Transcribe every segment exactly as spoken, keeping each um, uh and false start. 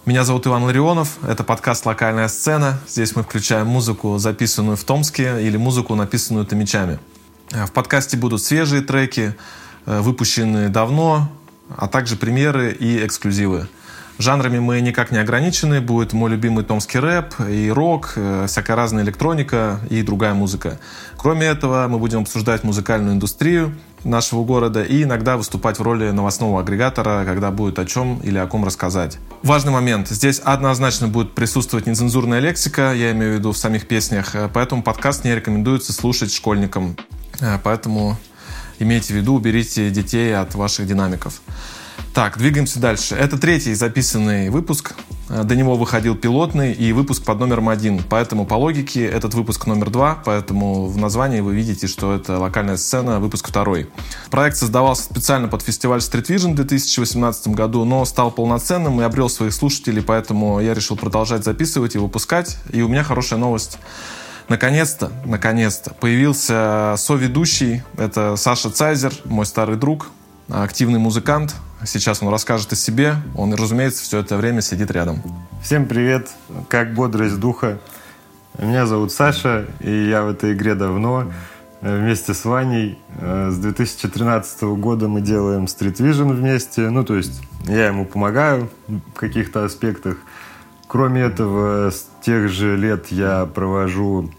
Меня зовут Иван Ларионов, это подкаст «Локальная сцена». Здесь мы включаем музыку, записанную в Томске, или музыку, написанную томичами. В подкасте будут свежие треки, выпущенные давно, а также премьеры и эксклюзивы. Жанрами мы никак не ограничены. Будет мой любимый томский рэп, и рок, всякая разная электроника и другая музыка. Кроме этого, мы будем обсуждать музыкальную индустрию нашего города и иногда выступать в роли новостного агрегатора, когда будет о чем или о ком рассказать. Важный момент. Здесь однозначно будет присутствовать нецензурная лексика, я имею в виду в самих песнях, поэтому подкаст не рекомендуется слушать школьникам. Поэтому имейте в виду, уберите детей от ваших динамиков. Так, двигаемся дальше. Это третий записанный выпуск. До него выходил пилотный и выпуск под номером один. Поэтому по логике этот выпуск номер два. Поэтому в названии вы видите, что это «Локальная сцена», выпуск второй. Проект создавался специально под фестиваль Street Vision в две тысячи восемнадцатом году, но стал полноценным и обрел своих слушателей, поэтому я решил продолжать записывать и выпускать. И у меня хорошая новость. Наконец-то, наконец-то появился соведущий. Это Саша Цайзер, мой старый друг, активный музыкант. Сейчас он расскажет о себе. Он, разумеется, все это время сидит рядом. Всем привет. Как бодрость духа. Меня зовут Саша, и я в этой игре давно. Вместе с Ваней. С две тысячи тринадцатого года мы делаем Street Vision вместе. Ну, то есть я ему помогаю в каких-то аспектах. Кроме этого, с тех же лет я провожу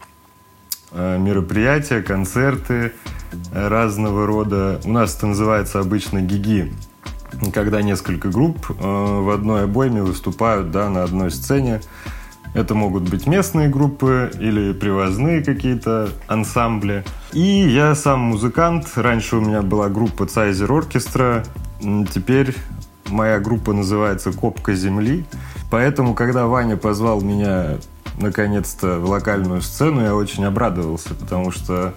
мероприятия, концерты разного рода. У нас это называется обычно гиги, когда несколько групп в одной обойме выступают, да, на одной сцене. Это могут быть местные группы или привозные какие-то ансамбли. И я сам музыкант. Раньше у меня была группа Цайзер Оркестра. Теперь моя группа называется «Копка земли». Поэтому, когда Ваня позвал меня наконец-то в локальную сцену, я очень обрадовался, потому что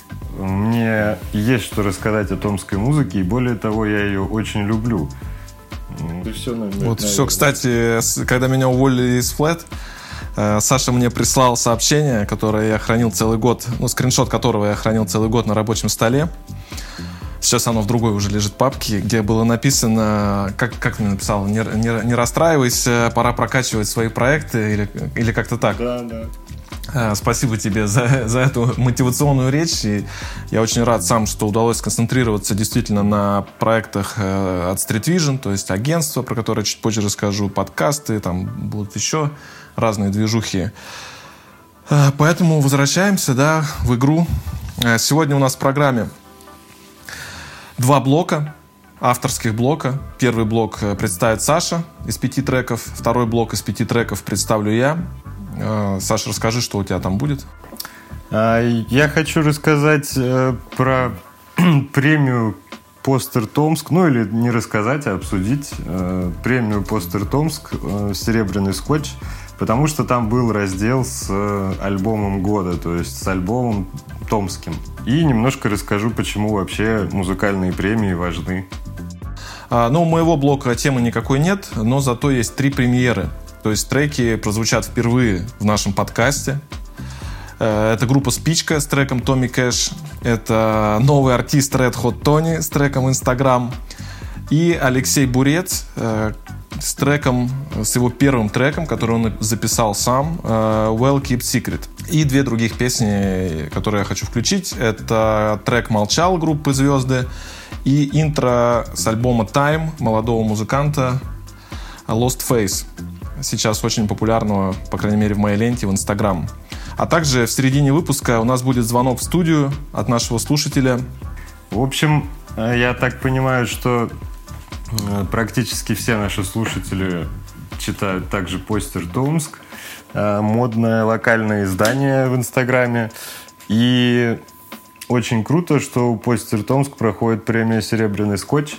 мне есть что рассказать о томской музыке, и более того, я ее очень люблю. И все, наверное, вот все, кстати, когда меня уволили из Flat, Саша мне прислал сообщение, которое я хранил целый год, ну, скриншот которого я хранил целый год на рабочем столе. Сейчас оно в другой уже лежит папке, где было написано, как, как мне написал, не, не, не расстраивайся, пора прокачивать свои проекты, или, или как-то так. Да, да. Спасибо тебе за, за эту мотивационную речь. И я очень рад сам, что удалось сконцентрироваться действительно на проектах от Street Vision, то есть агентство, про которое чуть позже расскажу, подкасты, там будут еще разные движухи. Поэтому возвращаемся, да, в игру. Сегодня у нас в программе два блока, авторских блока. Первый блок представит Саша из пяти треков, второй блок из пяти треков представлю я. Саша, расскажи, что у тебя там будет. Я хочу рассказать про премию «Постер Томск», ну или не рассказать, а обсудить премию «Постер Томск» «Серебряный скотч», потому что там был раздел с альбомом года, то есть с альбомом томским. И немножко расскажу, почему вообще музыкальные премии важны. А, ну, у моего блока темы никакой нет, но зато есть три премьеры. То есть треки прозвучат впервые в нашем подкасте. Это группа «Спичка» с треком «Tommy Cash». Это новый артист Red Hot Tony с треком «Instagram». И Алексей Бурец с треком, с его первым треком, который он записал сам, «Well Kept Secret». И две других песни, которые я хочу включить. Это трек «Молчал» группы «Звезды» и интро с альбома «Time» молодого музыканта Lost Face, сейчас очень популярного, по крайней мере, в моей ленте в Instagram. А также в середине выпуска у нас будет звонок в студию от нашего слушателя. В общем, я так понимаю, что практически все наши слушатели читают также «Постер Томск», модное локальное издание в Инстаграме. И очень круто, что у «Постер Томск» проходит премия «Серебряный скотч».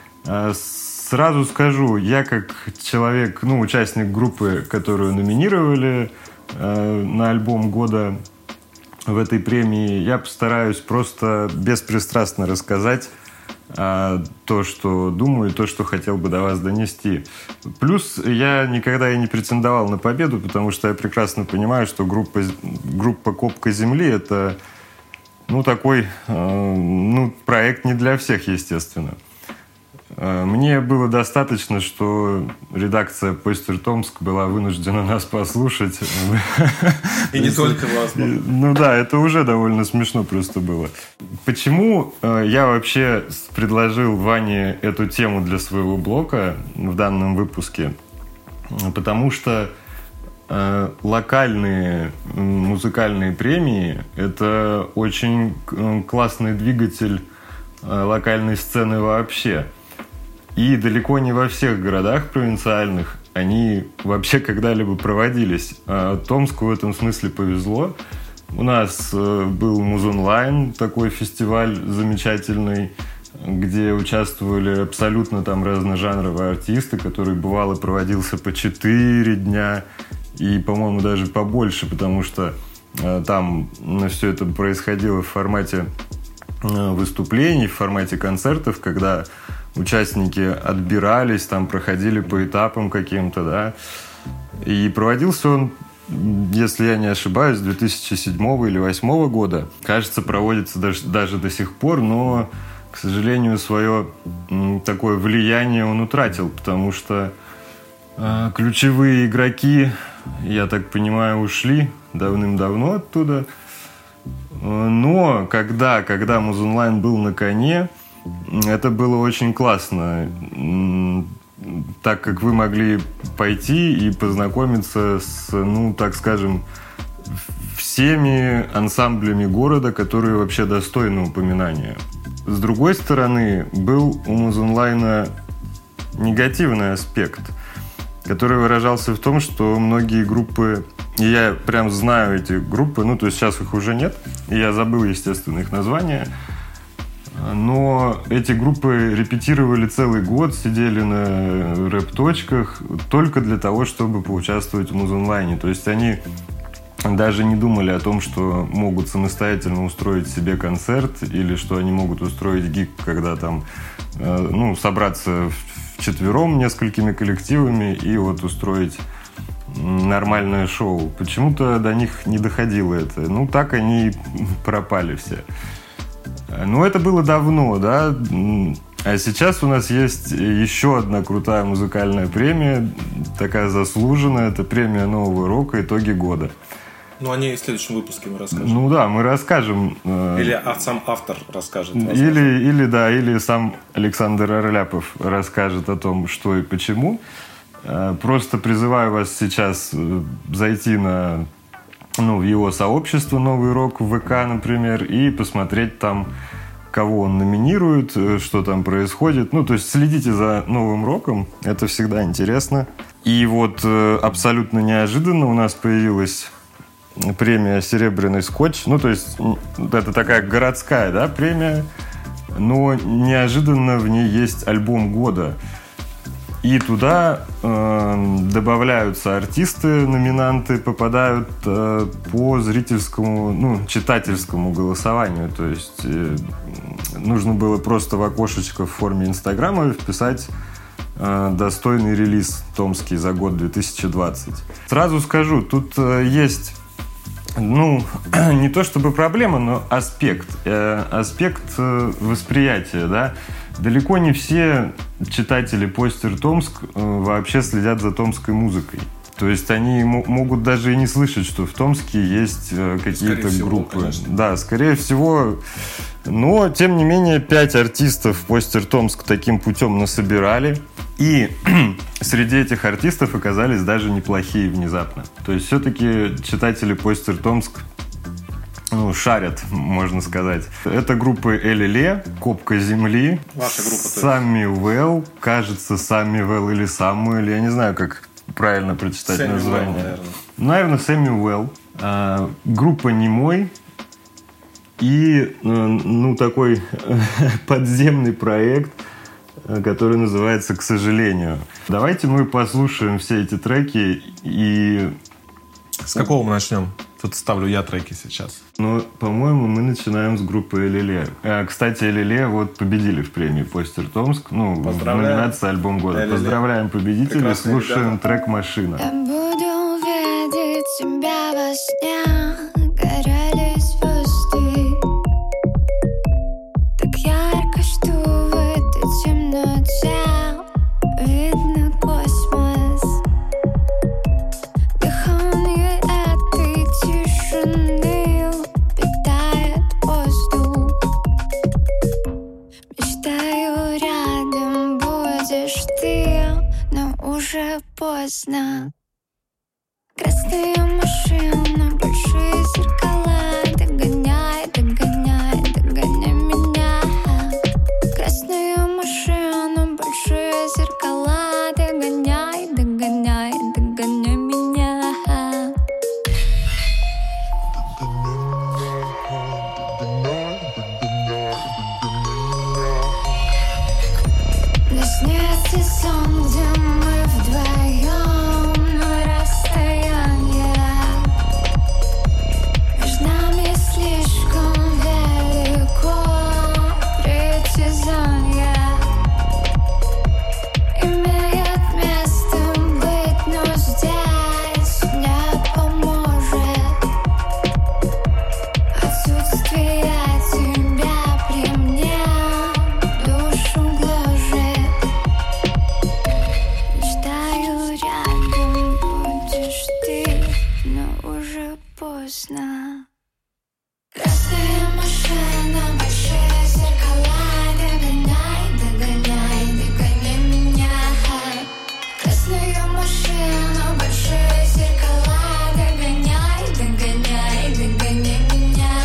Сразу скажу, я как человек, ну, участник группы, которую номинировали э, на альбом года в этой премии, я постараюсь просто беспристрастно рассказать э, то, что думаю, то, что хотел бы до вас донести. Плюс я никогда и не претендовал на победу, потому что я прекрасно понимаю, что группа, группа «Копка земли» — это, ну, такой, э, ну, проект не для всех, естественно. Мне было достаточно, что редакция «Постер Томск» была вынуждена нас послушать. И не только вас. Ну да, это уже довольно смешно просто было. Почему я вообще предложил Ване эту тему для своего блога в данном выпуске? Потому что локальные музыкальные премии – это очень классный двигатель локальной сцены вообще. И далеко не во всех городах провинциальных они вообще когда-либо проводились. А Томску в этом смысле повезло. У нас был Музонлайн, такой фестиваль замечательный, где участвовали абсолютно там разножанровые артисты, который бывало проводился по четыре дня и, по-моему, даже побольше, потому что там все это происходило в формате выступлений, в формате концертов, когда участники отбирались, там проходили по этапам каким-то, да. И проводился он, если я не ошибаюсь, с две тысячи седьмого или две тысячи восьмого года. Кажется, проводится даже, даже до сих пор, но, к сожалению, свое такое влияние он утратил, потому что э, ключевые игроки, я так понимаю, ушли давным-давно оттуда. Но когда, когда Музонлайн был на коне, это было очень классно, так как вы могли пойти и познакомиться с, ну, так скажем, всеми ансамблями города, которые вообще достойны упоминания. С другой стороны, был у Музонлайна негативный аспект, который выражался в том, что многие группы, и я прям знаю эти группы, ну, то есть сейчас их уже нет, и я забыл, естественно, их название, но эти группы репетировали целый год, сидели на рэп-точках только для того, чтобы поучаствовать в Музонлайне. То есть они даже не думали о том, что могут самостоятельно устроить себе концерт или что они могут устроить гиг, когда там, ну, собраться вчетвером несколькими коллективами и вот устроить нормальное шоу. Почему-то до них не доходило это. Ну, так они пропали все. Ну, это было давно, да. А сейчас у нас есть еще одна крутая музыкальная премия, такая заслуженная. Это премия нового рока «Итоги года». Ну, о ней в следующем выпуске мы расскажем. Ну да, мы расскажем. Или сам автор расскажет. Или, или, да, или сам Александр Орляпов расскажет о том, что и почему. Просто призываю вас сейчас зайти на, ну, в его сообщество «Новый рок» в ВК, например, и посмотреть там, кого он номинирует, что там происходит. Ну, то есть следите за «Новым роком», это всегда интересно. И вот абсолютно неожиданно у нас появилась премия «Серебряный скотч». Ну, то есть это такая городская, да, премия, но неожиданно в ней есть альбом года. И туда э, добавляются артисты, номинанты, попадают э, по зрительскому, ну, читательскому голосованию. То есть э, нужно было просто в окошечко в форме Инстаграма вписать э, достойный релиз томский за год две тысячи двадцать. Сразу скажу, тут э, есть, ну, не то чтобы проблема, но аспект. Э, аспект э, восприятия, да. Далеко не все читатели «Постер Томск» вообще следят за томской музыкой. То есть они м- могут даже и не слышать, что в Томске есть какие-то скорее группы. Всего, да, скорее всего. Но, тем не менее, пять артистов «Постер Томск» таким путем насобирали. И среди этих артистов оказались даже неплохие внезапно. То есть все-таки читатели «Постер Томск», ну, шарят, можно сказать. Это группы Элиле, Копка земли, Ваша группа, Саммивелл, кажется, Саммивелл или Саммуэль, я не знаю, как правильно прочитать Сэмми название. Уэлл, наверное. Наверное, Саммивелл. А, группа Немой и, ну, такой подземный проект, который называется «К сожалению». Давайте мы послушаем все эти треки и... С какого мы начнем? Тут ставлю я треки сейчас. Ну, по-моему, мы начинаем с группы Элиле. А, кстати, Элиле вот победили в премии «Постер Томск». Ну, в номинации «Альбом года». Элиле. Поздравляем победителей. Прекрасные Слушаем ребята. Трек «Машина». Я буду видеть тебя во сне, горели звезды так ярко, что в этой темноте уже поздно. Красная машина, большие зеркала. Догоняй, догоняй, догоняй меня. Красная машина, большие зеркала. Догоняй, догоняй, догоняй меня. Мне снится сон, где мы вдвоем, но расстояние между нами слишком велико. Притязание имеет место быть, но здесь не поможет отсутствие тебя при мне. Душу гложет. Мечтаю, рядом будешь ты, но уже поздно. Красная машина, большие зеркала. Догоняй, догоняй, догоняй меня. Красная машина, большие зеркала. Догоняй, догоняй, догоняй меня.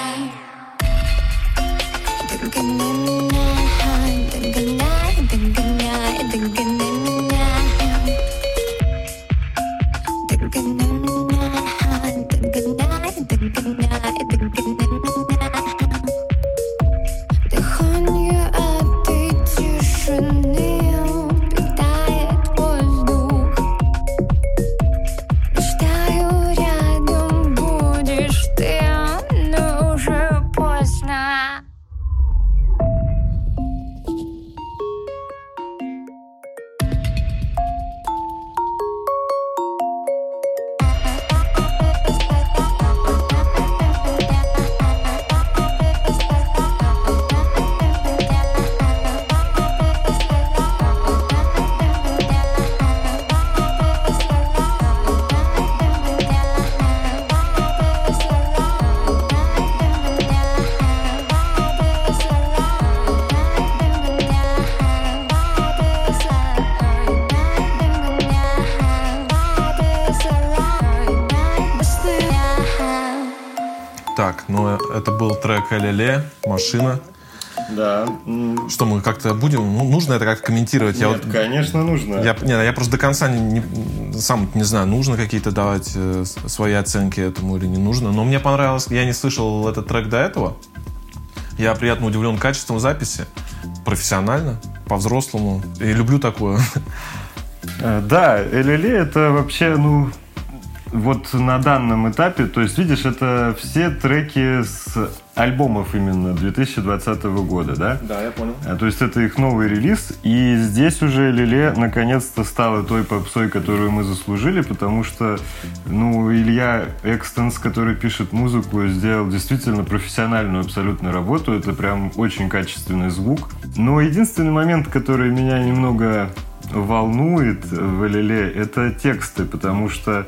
Догоняй меня, догоняй, догоняй, догоняй меня. Догоняй меня, догоняй, догоняй, догоняй меня. Дыхание этой тишины питает воздух. Мечтаю, рядом будешь ты, но уже поздно. Так, ну это был трек Элеле, «Машина». Да. Что мы как-то будем... Ну, нужно это как-то комментировать? Нет, я вот, конечно, нужно. Я, не, я просто до конца не, не, сам не знаю, нужно какие-то давать э, свои оценки этому или не нужно. Но мне понравилось, я не слышал этот трек до этого. Я приятно удивлен качеством записи. Профессионально, по-взрослому. И люблю такое. Да, Элеле это вообще, ну... Вот на данном этапе, то есть, видишь, это все треки с альбомов именно две тысячи двадцатого года, да? Да, я понял. То есть это их новый релиз, и здесь уже Элеле наконец-то стала той попсой, которую мы заслужили, потому что, ну, Илья Экстенс, который пишет музыку, сделал действительно профессиональную абсолютно работу, это прям очень качественный звук. Но единственный момент, который меня немного волнует в Элеле, это тексты, потому что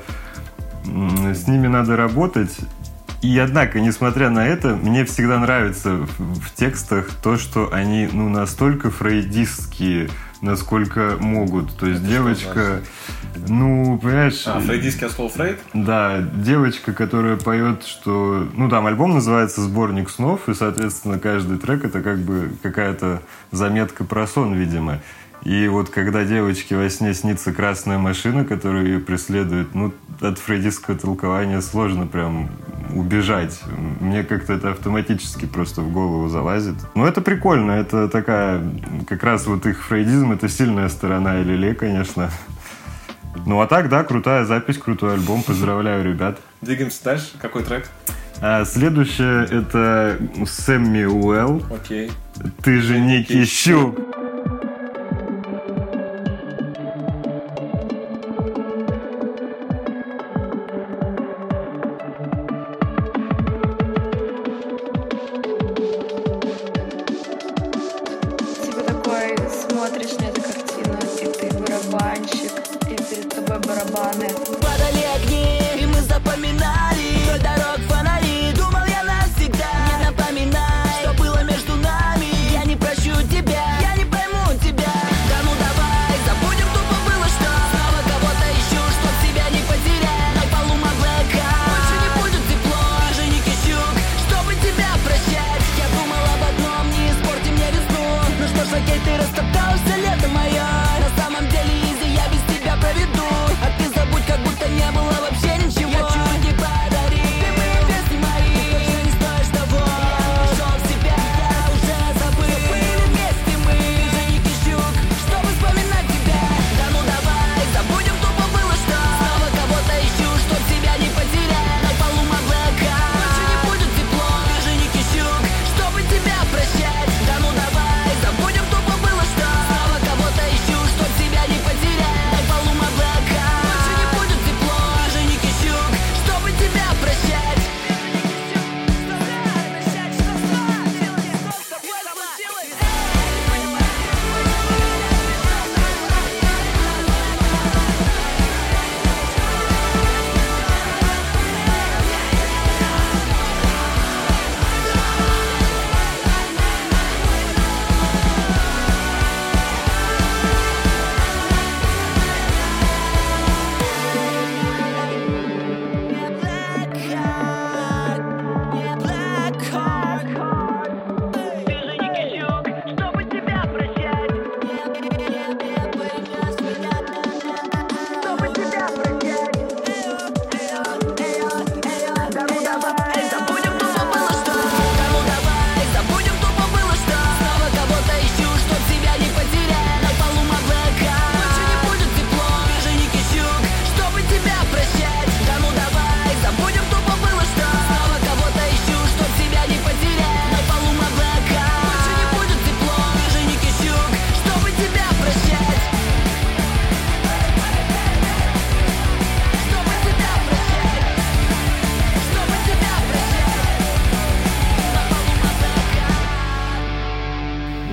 с ними надо работать. И, однако, несмотря на это, мне всегда нравится в, в текстах то, что они, ну, настолько фрейдистские, насколько могут. То есть это девочка, ну, понимаешь... А, фрейдистский от слова Фрейд? Да, девочка, которая поет, что... Ну, там альбом называется «Сборник снов», и, соответственно, каждый трек — это как бы какая-то заметка про сон, видимо. И вот когда девочке во сне снится красная машина, которая ее преследует, ну, от фрейдистского толкования сложно прям убежать. Мне как-то это автоматически просто в голову залазит. Но это прикольно, это такая... Как раз вот их фрейдизм — это сильная сторона Элеле, конечно. Ну, а так, да, крутая запись, крутой альбом. Поздравляю, ребят. Двигаемся дальше. Какой трек? А следующее — это Сэмми Уэлл. Окей. «Ты же не Кищук». Падали огни, и мы запоминали вдоль дорог фонари. Думал я навсегда, не напоминай, что было между нами. Я не прощу тебя, я не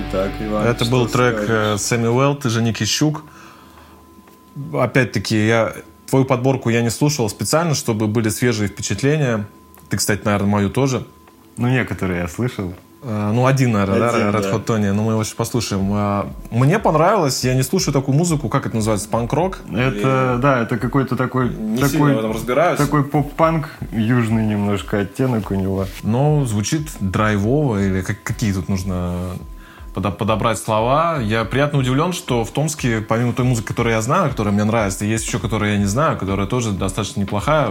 Так, Иван, Это что был трек скажешь? э, Сэмюэл, «Ты же не Кищук». Опять-таки, я твою подборку я не слушал специально, чтобы были свежие впечатления. Ты, кстати, наверное, мою тоже. Ну, некоторые я слышал. Э, Ну, один, наверное, Один, да, Red да. Hot Tony. Но мы его сейчас послушаем. Э, Мне понравилось. Я не слушаю такую музыку, как это называется, панк-рок. Это, да, это какой-то такой, Не сильно такой, в этом разбираюсь. такой поп-панк, южный немножко оттенок у него. Но звучит драйвово, или как- какие тут нужно подо- подобрать слова. Я приятно удивлен, что в Томске, помимо той музыки, которую я знаю, которая мне нравится, есть еще, которую я не знаю, которая тоже достаточно неплохая.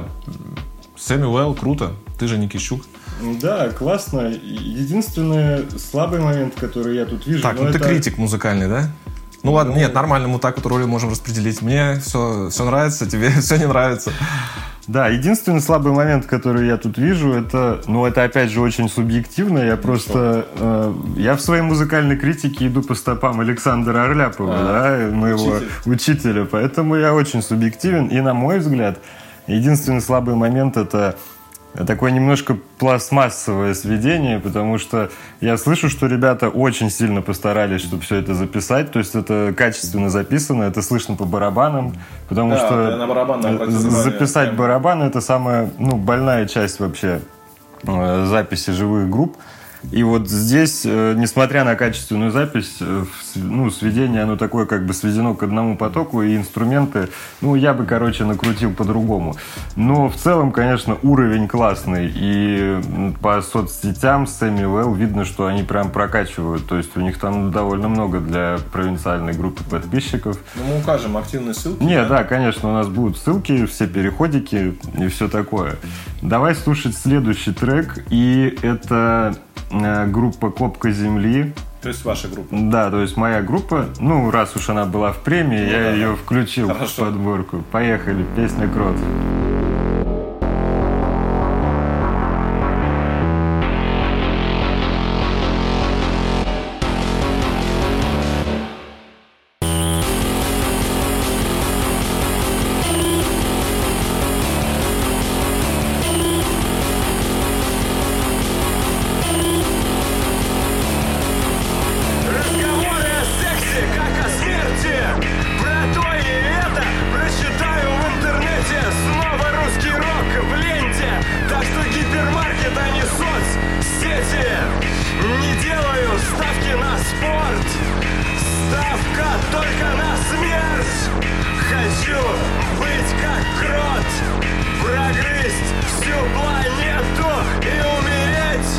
Сэмюэл, круто. Ты же не Кищук. Да, классно. Единственный слабый момент, который я тут вижу... Так, ну ты это- критик музыкальный, да? Ну ладно, нет, нормально, мы так вот роли можем распределить. Мне все, все нравится, тебе все не нравится. Да, единственный слабый момент, который я тут вижу, это, ну, это опять же очень субъективно. Я просто, э, я в своей музыкальной критике иду по стопам Александра Орляпова, А, да, моего учитель. учителя, поэтому я очень субъективен. И на мой взгляд, единственный слабый момент это такое немножко пластмассовое сведение, потому что я слышу, что ребята очень сильно постарались, чтобы все это записать, то есть это качественно записано, это слышно по барабанам, потому Да, что я на барабаны обратил з- внимание. записать Прям. барабаны это самая, ну, больная часть вообще э, записи живых групп. И вот здесь, э, несмотря на качественную запись, э, в с- ну, сведение, оно такое как бы сведено к одному потоку, и инструменты, ну, я бы, короче, накрутил по-другому. Но в целом, конечно, уровень классный, и м, по соцсетям Сэмюэл видно, что они прям прокачивают, то есть у них там довольно много для провинциальной группы подписчиков. Ну, мы укажем активные ссылки. Не, да, конечно, у нас будут ссылки, все переходики и все такое. Давай слушать следующий трек, и это э, группа «Копка земли». То есть ваша группа. Да, то есть моя группа, ну, раз уж она была в премии, я да, ее да. включил Хорошо. в подборку. Поехали, песня «Крот». Разговоры о сексе, как о смерти. Про то и это прочитаю в интернете. Снова русский рок в ленте. Так что гипермаркет, а не соцсети. Не делаю ставки на спорт. Ставка только на смерть. Хочу быть как крот. Прогрызть всю планету и умереть.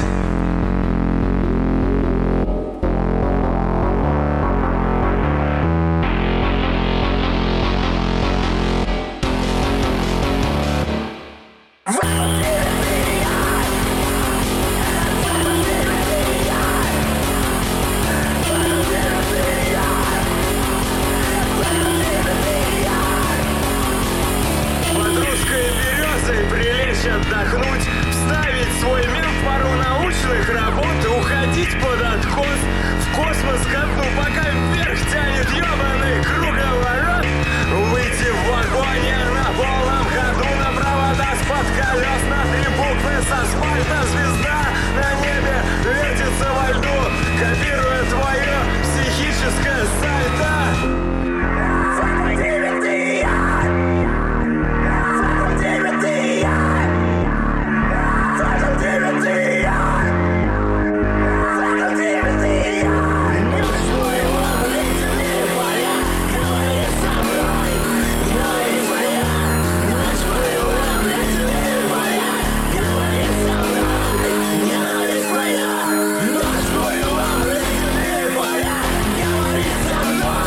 Под русской березой прилечь отдохнуть, вставить свой мир в пару научных работ, уходить под откос, в космос ко дну, пока вверх тянет ебаный круговорот. Выйти в вагоне на полном ходу, на провода с-под колес, на три буквы с асфальта, звезда на небе вертится во льду, копируя твое психическое сальто. Говори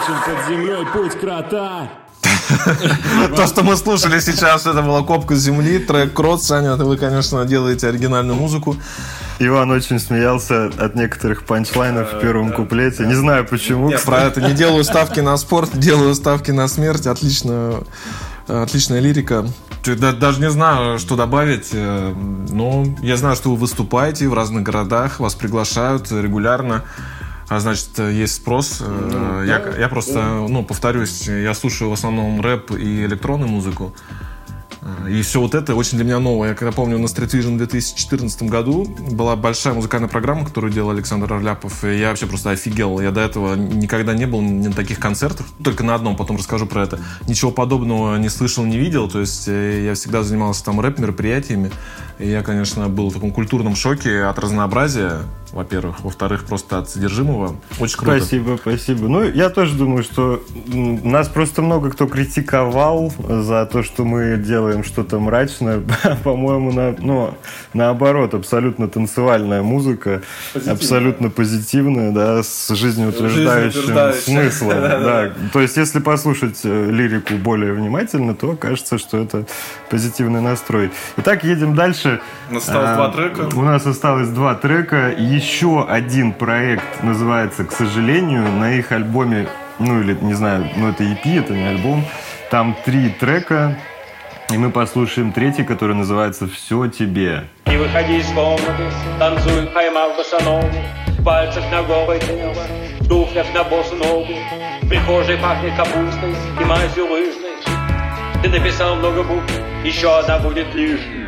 Ищем под землей путь крота. То, что мы слушали сейчас, это была «Копка земли», трек «Крот». Саня, вы, конечно, делаете оригинальную музыку. Иван очень смеялся от некоторых панчлайнов в первом куплете. Не знаю почему. Нет, про это не делаю ставки на спорт, делаю ставки на смерть. Отлично, отличная лирика. Даже не знаю, что добавить. Но я знаю, что вы выступаете в разных городах, вас приглашают регулярно. А значит, есть спрос. Ну, я, да, я просто, да. ну, повторюсь, я слушаю в основном рэп и электронную музыку. И все вот это очень для меня новое. Я когда помню, на Street Vision в две тысячи четырнадцатом году была большая музыкальная программа, которую делал Александр Орляпов, и я вообще просто офигел. Я до этого никогда не был ни на таких концертах, только на одном, потом расскажу про это. Ничего подобного не слышал, не видел. То есть я всегда занимался там рэп-мероприятиями. И я, конечно, был в таком культурном шоке от разнообразия, во-первых. Во-вторых, просто от содержимого. Очень круто. Спасибо, спасибо. Ну, я тоже думаю, что нас просто много кто критиковал за то, что мы делаем что-то мрачное. По-моему, на, ну, наоборот, абсолютно танцевальная музыка, позитивная. Абсолютно позитивная, да, с жизнеутверждающим смыслом. Да. То есть, если послушать лирику более внимательно, то кажется, что это позитивный настрой. Итак, едем дальше. У нас осталось а, два трека. У нас осталось два трека. Еще один проект называется, к сожалению, на их альбоме, ну или, не знаю, ну это и пи, это не альбом. Там три трека. И мы послушаем третий, который называется «Все тебе». Не выходи из комнаты, танцуй, поймав босоногу, в пальцах на голой тело, в туфлях на босу ногу. В прихожей пахнет капустой и мазью лыжной. Ты написал много букв, еще одна будет лишней.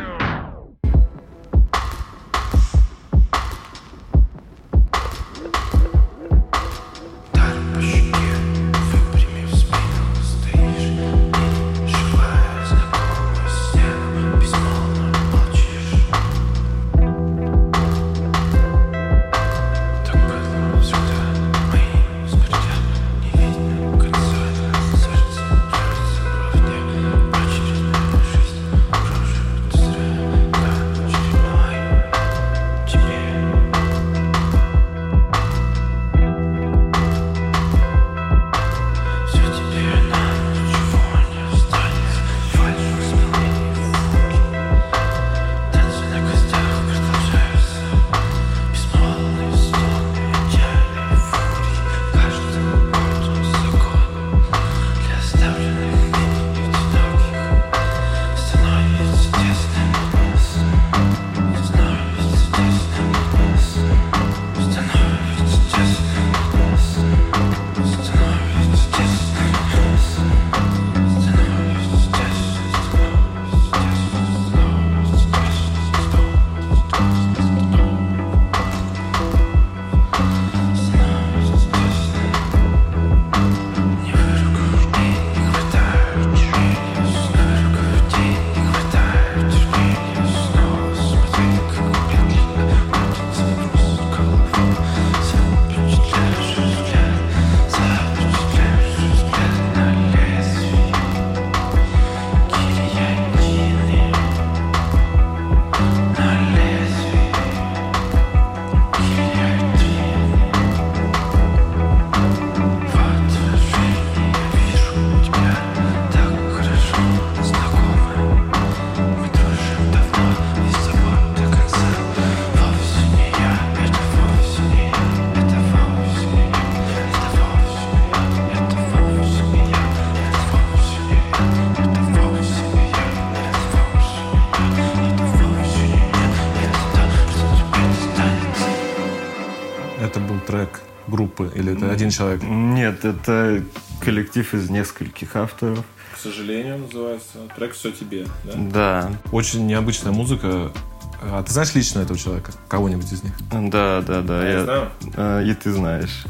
группы? Или это один человек? Нет, это коллектив из нескольких авторов. К сожалению, называется трек «Все тебе». Да? Да. Очень необычная музыка. А ты знаешь лично этого человека? Кого-нибудь из них? Да, да, да. Я, я знаю. А, и ты знаешь.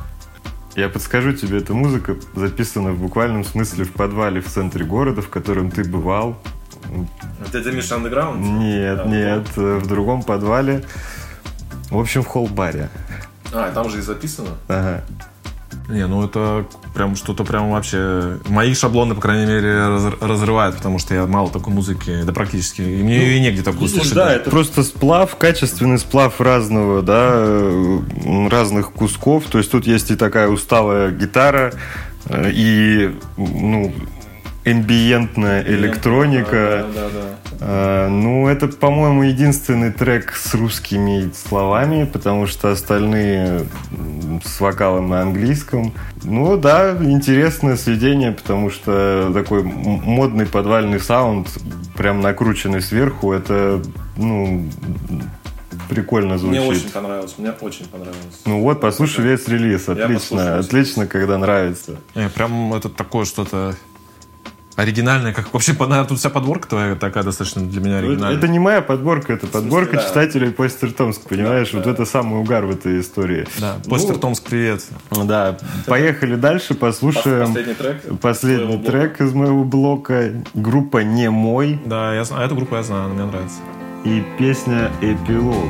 Я подскажу тебе, эта музыка записана в буквальном смысле в подвале в центре города, в котором ты бывал. Это Миша Андеграунд? Нет, а, нет, ну? В другом подвале. В общем, в холл-баре. А, там же и записано? Ага. Не, ну это прям что-то прям вообще... Мои шаблоны, по крайней мере, раз, разрывают, потому что я мало такой музыки, да практически. И мне ну, ее негде такую видишь, слушать. Да, да, это просто сплав, качественный сплав разного, да, разных кусков. То есть тут есть и такая усталая гитара, э, и, ну, эмбиентная электроника. Да, да, да. Э, ну, это, по-моему, единственный трек с русскими словами, потому что остальные м, с вокалом на английском. Ну, да, интересное сведение, потому что такой м- модный подвальный саунд, прям накрученный сверху, это, ну, прикольно звучит. Мне очень понравилось, мне очень понравилось. Ну вот, послушай весь релиз, Я отлично, послушаю весь отлично, когда нравится. Не, прям это такое что-то оригинальное, как вообще, наверное, тут вся подборка твоя такая достаточно для меня Это, оригинальная. это не моя подборка, это подборка да. читателей Постер Томск, понимаешь? Да, вот да. это самый угар в этой истории. Да, Постер Ну, Томск, привет. Да, поехали дальше, послушаем Последний трек. последний твоего блока. трек из моего блока. Группа «Не мой» Да, я знаю, эту группу я знаю, она мне нравится. и песня «Эпилог».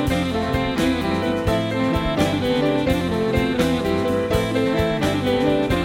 Thank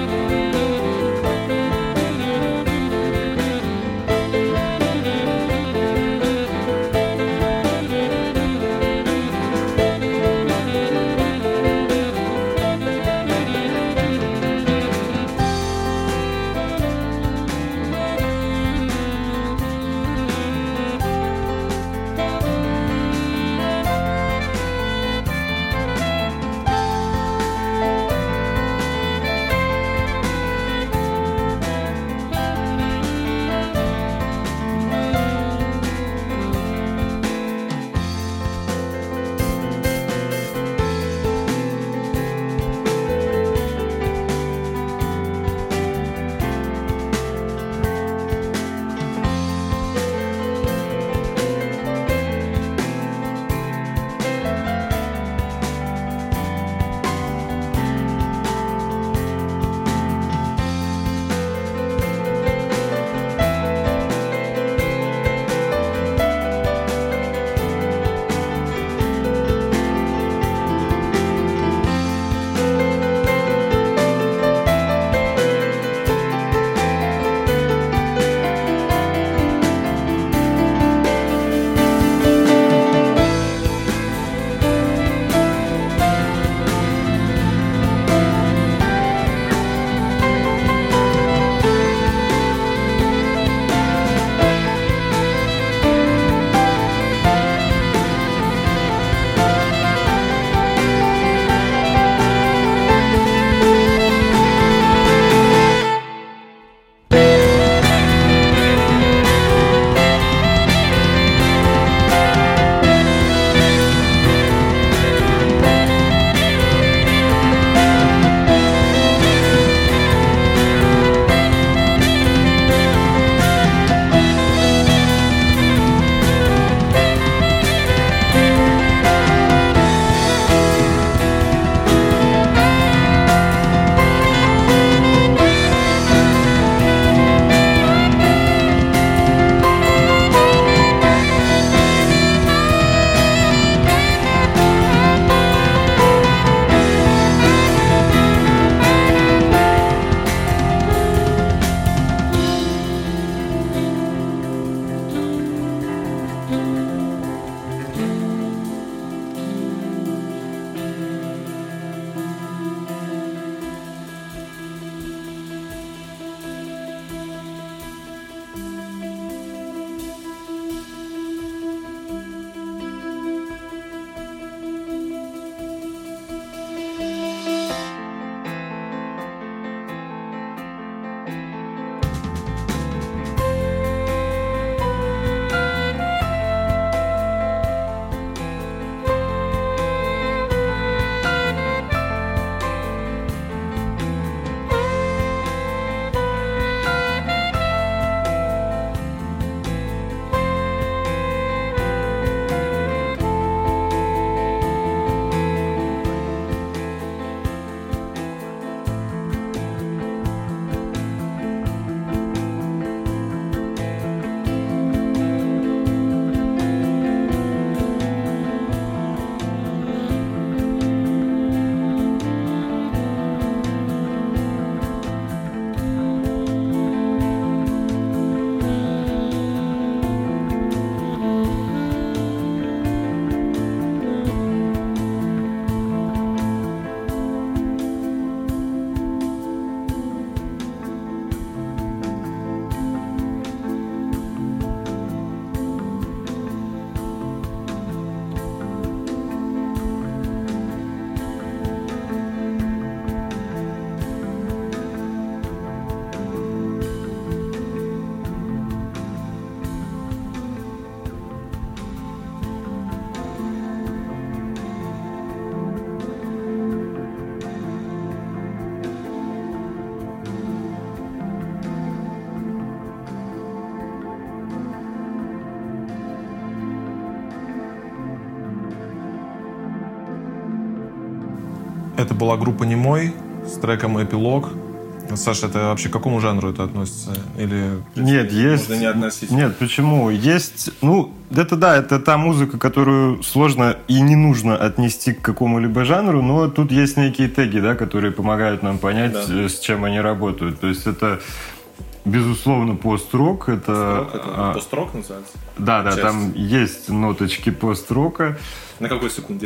Это была группа «Немой» с треком «Эпилог». Саша, это вообще к какому жанру это относится? Или Нет, есть... можно не относить? Нет, почему? Есть... Ну, это да, это та музыка, которую сложно и не нужно отнести к какому-либо жанру, но тут есть некие теги, да, которые помогают нам понять, Да. с чем они работают. То есть это, безусловно, пост-рок. Это, Пост-рок, это а, пост-рок называется? да, да, часть. там есть ноточки пост-рока. На какой секунде?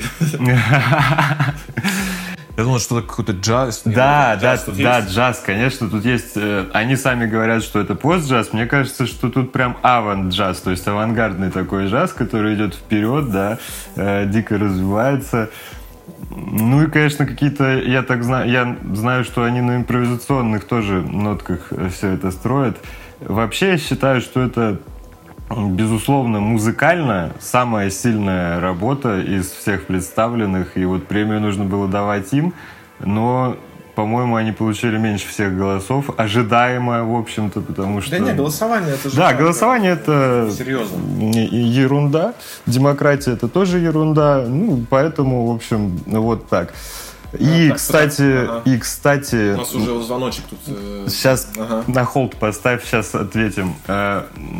Я думал, что это какой-то джаз. Да, да, Джаз тут да, есть? джаз, конечно, тут есть... э, Они сами говорят, что это пост-джаз. Мне кажется, что тут прям авант-джаз, то есть авангардный такой джаз, который идет вперед, да, э, дико развивается. Ну и, конечно, какие-то... Я так знаю, я знаю, что они на импровизационных тоже нотках все это строят. Вообще, я считаю, что это... Безусловно, музыкально самая сильная работа из всех представленных, и вот премию нужно было давать им, но, по-моему, они получили меньше всех голосов, ожидаемо, в общем-то, потому что... Да не, голосование это же... Да, так, голосование это серьезно. е- ерунда, демократия это тоже ерунда, ну, поэтому, в общем, вот так. И, так, кстати, ага. и, кстати... У нас уже звоночек тут. э, Сейчас Ага. на холд поставь, сейчас ответим. Э,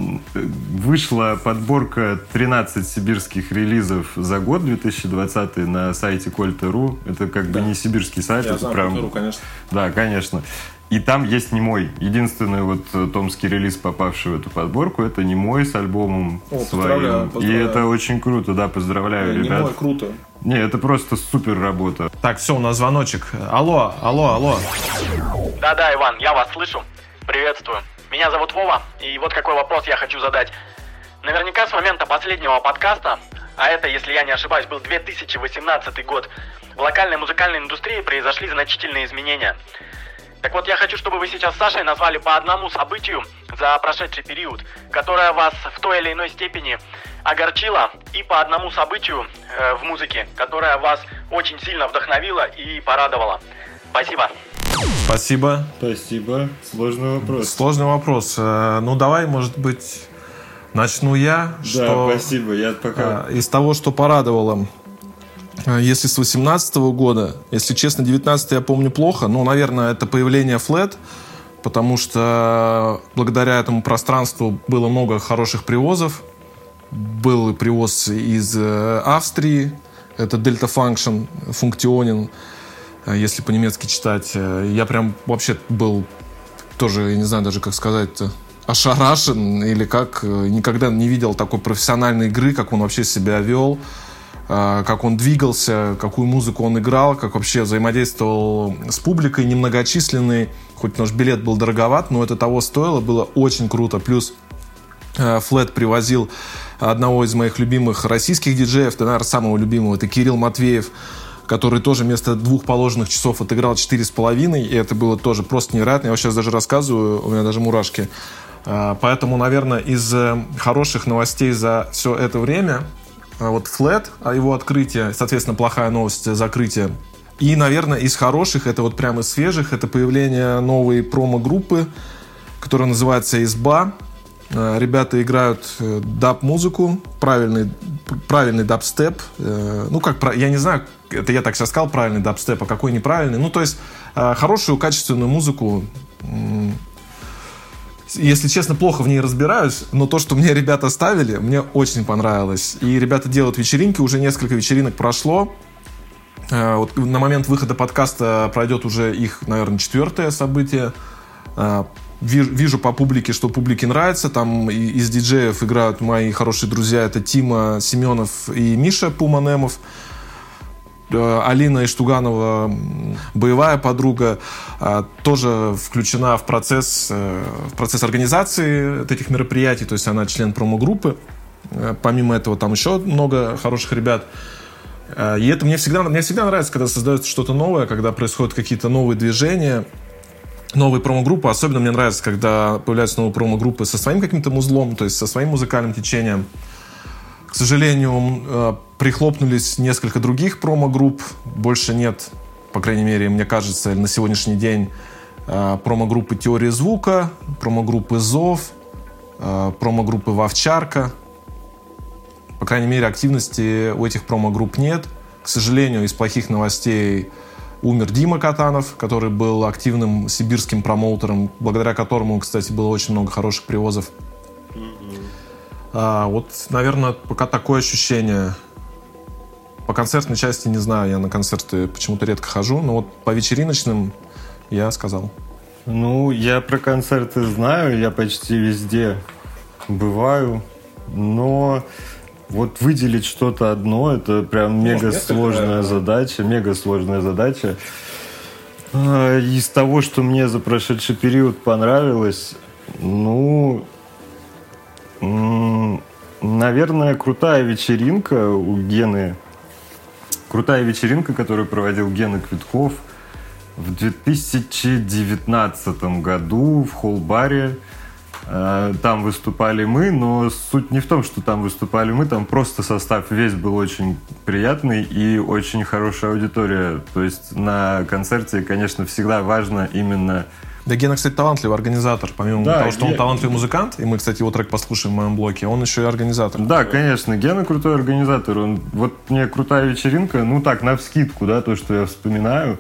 Вышла подборка тринадцать сибирских релизов за год две тысячи двадцатый на сайте кольт точка ру. Это как бы Да. не сибирский сайт, Я это знаю, прям... культуру, конечно. Да, конечно. И там есть «Немой». Единственный вот э, томский релиз, попавший в эту подборку, это «Немой» с альбомом О, своим. поздравляю, И поздравляю. это очень круто, да, поздравляю, Не ребят. мой, круто. Не, это просто супер работа. Так, все, у нас звоночек. Алло, алло, алло. Да-да, Иван, я вас слышу. Приветствую. Меня зовут Вова, и вот какой вопрос я хочу задать. Наверняка с момента последнего подкаста, а это, если я не ошибаюсь, был две тысячи восемнадцатый год, в локальной музыкальной индустрии произошли значительные изменения. Так вот, я хочу, чтобы вы сейчас с Сашей назвали по одному событию за прошедший период, которое вас в той или иной степени огорчило, и по одному событию э, в музыке, которое вас очень сильно вдохновило и порадовало. Спасибо. Спасибо. Спасибо. Сложный вопрос. Сложный вопрос. Э, Ну, давай, может быть, начну я. что, спасибо. Я пока... э, Из того, что порадовало. Э, Если с восемнадцатого года, если честно, девятнадцатый я помню плохо, но, наверное, это появление Flat, потому что благодаря этому пространству было много хороших привозов. Был привоз из э, Австрии, это Delta Function, Функтионин, э, если по-немецки читать. Э, Я прям вообще был тоже, я не знаю даже, как сказать, ошарашен, или как, э, никогда не видел такой профессиональной игры, как он вообще себя вел, э, как он двигался, какую музыку он играл, как вообще взаимодействовал с публикой немногочисленной, хоть наш билет был дороговат, но это того стоило, было очень круто. Плюс Флэт привозил одного из моих любимых российских диджеев, наверное, самого любимого, это Кирилл Матвеев, который тоже вместо двух положенных часов отыграл четыре с половиной, и это было тоже просто невероятно. Я вот сейчас даже рассказываю, у меня даже мурашки. Поэтому, наверное, из хороших новостей за все это время, вот Флэт, его открытие, соответственно, плохая новость, закрытие. И, наверное, из хороших, это вот прямо из свежих, это появление новой промо-группы, которая называется «Изба». Ребята играют даб-музыку, правильный, правильный дабстеп. Ну, как, я не знаю, это я так сейчас сказал, правильный дабстеп, а какой неправильный. Ну, то есть, хорошую, качественную музыку. Если честно, плохо в ней разбираюсь, но то, что мне ребята ставили, мне очень понравилось. И ребята делают вечеринки, уже несколько вечеринок прошло. Вот на момент выхода подкаста пройдет уже их, наверное, четвертое событие. Вижу по публике, что публике нравится. Там из диджеев играют мои хорошие друзья. Это Тима Семенов и Миша Пуманемов. Алина Иштуганова, боевая подруга, тоже включена в процесс, в процесс организации этих мероприятий. То есть она член промо-группы. Помимо этого там еще много хороших ребят. И это мне всегда, мне всегда нравится, когда создается что-то новое, когда происходят какие-то новые движения, новые промо-группы. Особенно мне нравится, когда появляются новые промо-группы со своим каким-то музлом, то есть со своим музыкальным течением. К сожалению, прихлопнулись несколько других промо-групп. Больше нет, по крайней мере, мне кажется, на сегодняшний день промо-группы «Теория звука», промо-группы «Зов», промо-группы «Вовчарка». По крайней мере, активности у этих промо-групп нет. К сожалению, из плохих новостей умер Дима Катанов, который был активным сибирским промоутером, благодаря которому, кстати, было очень много хороших привозов. Mm-hmm. А, вот, наверное, пока такое ощущение. По концертной части не знаю, я на концерты почему-то редко хожу, но вот по вечериночным я сказал. Ну, я про концерты знаю, я почти везде бываю, но вот выделить что-то одно, это прям мега сложная задача, мега сложная задача. Из того, что мне за прошедший период понравилось, ну, наверное, крутая вечеринка у Гены, крутая вечеринка, которую проводил Гена Квитков в две тысячи девятнадцатом году в Холл-баре. Там выступали мы, но суть не в том, что там выступали мы, там просто состав весь был очень приятный и очень хорошая аудитория. То есть на концерте, конечно, всегда важно именно... Да, Гена, кстати, талантливый организатор. Помимо да, того, что он Ген... талантливый музыкант, и мы, кстати, его трек послушаем в моем блоке, он еще и организатор. Да, конечно, Гена крутой организатор. Он... Вот мне крутая вечеринка, ну так, навскидку, да, то, что я вспоминаю,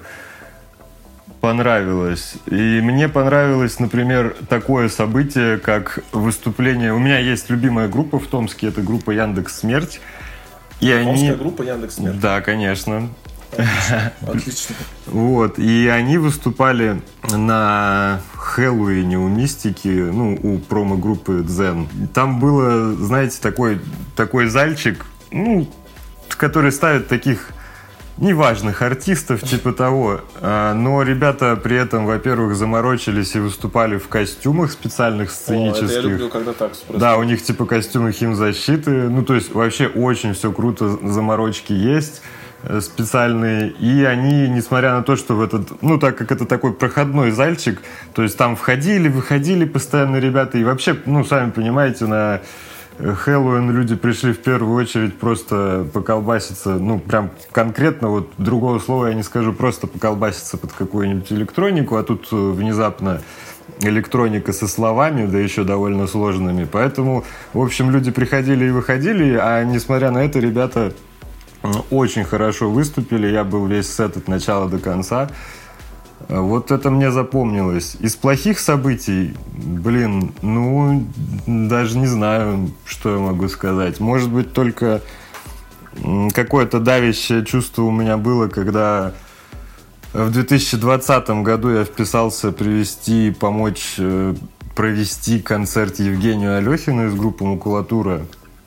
понравилось. И мне понравилось, например, такое событие, как выступление... У меня есть любимая группа в Томске, это группа Яндекс Смерть. И Томская они... группа Яндекс Смерть? Да, конечно. Отлично. Отлично. Вот, и они выступали на Хэллоуине у Мистики, ну, у промо-группы Дзен. Там было, знаете, такой, такой зальчик, ну, который ставит таких неважных артистов, типа того. Но ребята при этом, во-первых, заморочились и выступали в костюмах специальных сценических. О, это я люблю, когда так спросить. Да, у них типа костюмы химзащиты. Ну, то есть вообще очень все круто, заморочки есть специальные, и они, несмотря на то, что в этот, ну, так как это такой проходной зальчик, то есть там входили, выходили постоянно ребята, и вообще, ну, сами понимаете, на Хэллоуин люди пришли в первую очередь просто поколбаситься, ну, прям конкретно, вот другого слова я не скажу, просто поколбаситься под какую-нибудь электронику, а тут внезапно электроника со словами, да еще довольно сложными, поэтому, в общем, люди приходили и выходили, а несмотря на это, ребята очень хорошо выступили, я был весь сет от начала до конца. Вот это мне запомнилось. Из плохих событий, блин, ну, даже не знаю, что я могу сказать. Может быть, только какое-то давящее чувство у меня было, когда в две тысячи двадцатом году я вписался привести, помочь провести концерт Евгению Алехину из группы «Макулатура».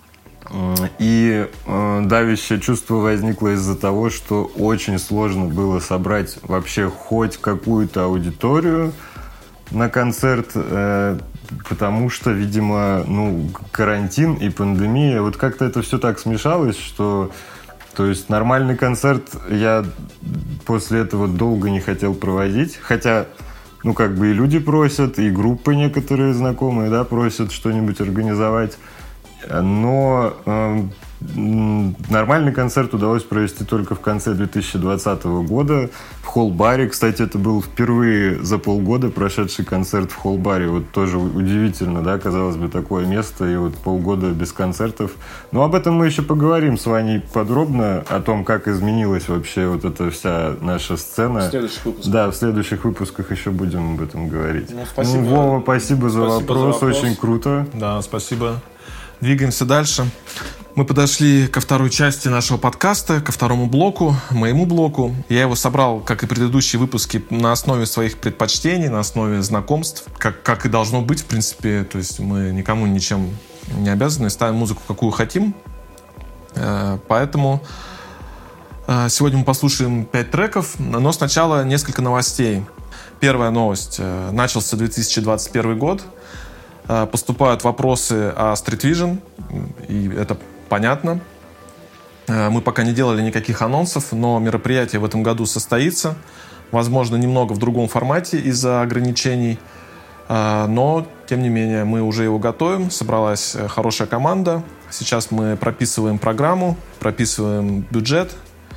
И э, давящее чувство возникло из-за того, что очень сложно было собрать вообще хоть какую-то аудиторию на концерт, э, потому что, видимо, ну, карантин и пандемия, вот как-то это все так смешалось, что, то есть, нормальный концерт я после этого долго не хотел проводить, хотя, ну, как бы и люди просят, и группы некоторые знакомые, да, просят что-нибудь организовать. Но э, нормальный концерт удалось провести только в конце две тысячи двадцатого года в Холл-баре. Кстати, это был впервые за полгода прошедший концерт в Холл-баре. Вот тоже удивительно, да, казалось бы, такое место, и вот полгода без концертов. Но об этом мы еще поговорим с Ваней подробно, о том, как изменилась вообще вот эта вся наша сцена. В следующих выпусках. Да, в следующих выпусках еще будем об этом говорить. Ну, спасибо. Ну, Вова, спасибо, за, спасибо вопрос. за вопрос, очень круто. Да, спасибо. Двигаемся дальше. Мы подошли ко второй части нашего подкаста, ко второму блоку, моему блоку. Я его собрал, как и предыдущие выпуски, на основе своих предпочтений, на основе знакомств, как, как и должно быть, в принципе. То есть мы никому ничем не обязаны, ставим музыку, какую хотим. Поэтому сегодня мы послушаем пять треков, но сначала несколько новостей. Первая новость. Начался две тысячи двадцать первый год. Поступают вопросы о Street Vision, и это понятно. Мы пока не делали никаких анонсов, но мероприятие в этом году состоится. Возможно, немного в другом формате из-за ограничений, но, тем не менее, мы уже его готовим. Собралась хорошая команда. Сейчас мы прописываем программу, прописываем бюджет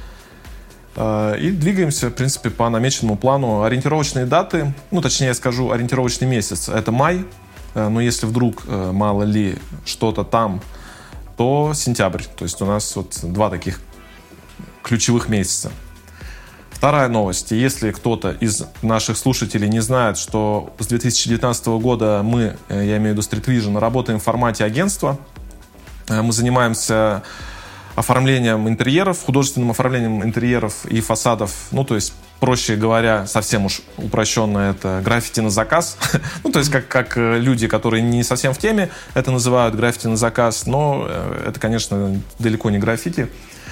и двигаемся, в принципе, по намеченному плану. Ориентировочные даты, ну, точнее, я скажу, ориентировочный месяц — это май. Но если вдруг, мало ли, что-то там, то сентябрь. То есть у нас вот два таких ключевых месяца. Вторая новость. Если кто-то из наших слушателей не знает, что с две тысячи девятнадцатого года мы, я имею в виду Street Vision, работаем в формате агентства. Мы занимаемся оформлением интерьеров, художественным оформлением интерьеров и фасадов. Ну, то есть, проще говоря, совсем уж упрощенно, это граффити на заказ. Ну, то есть, как, как люди, которые не совсем в теме, это называют граффити на заказ. Но это, конечно, далеко не граффити.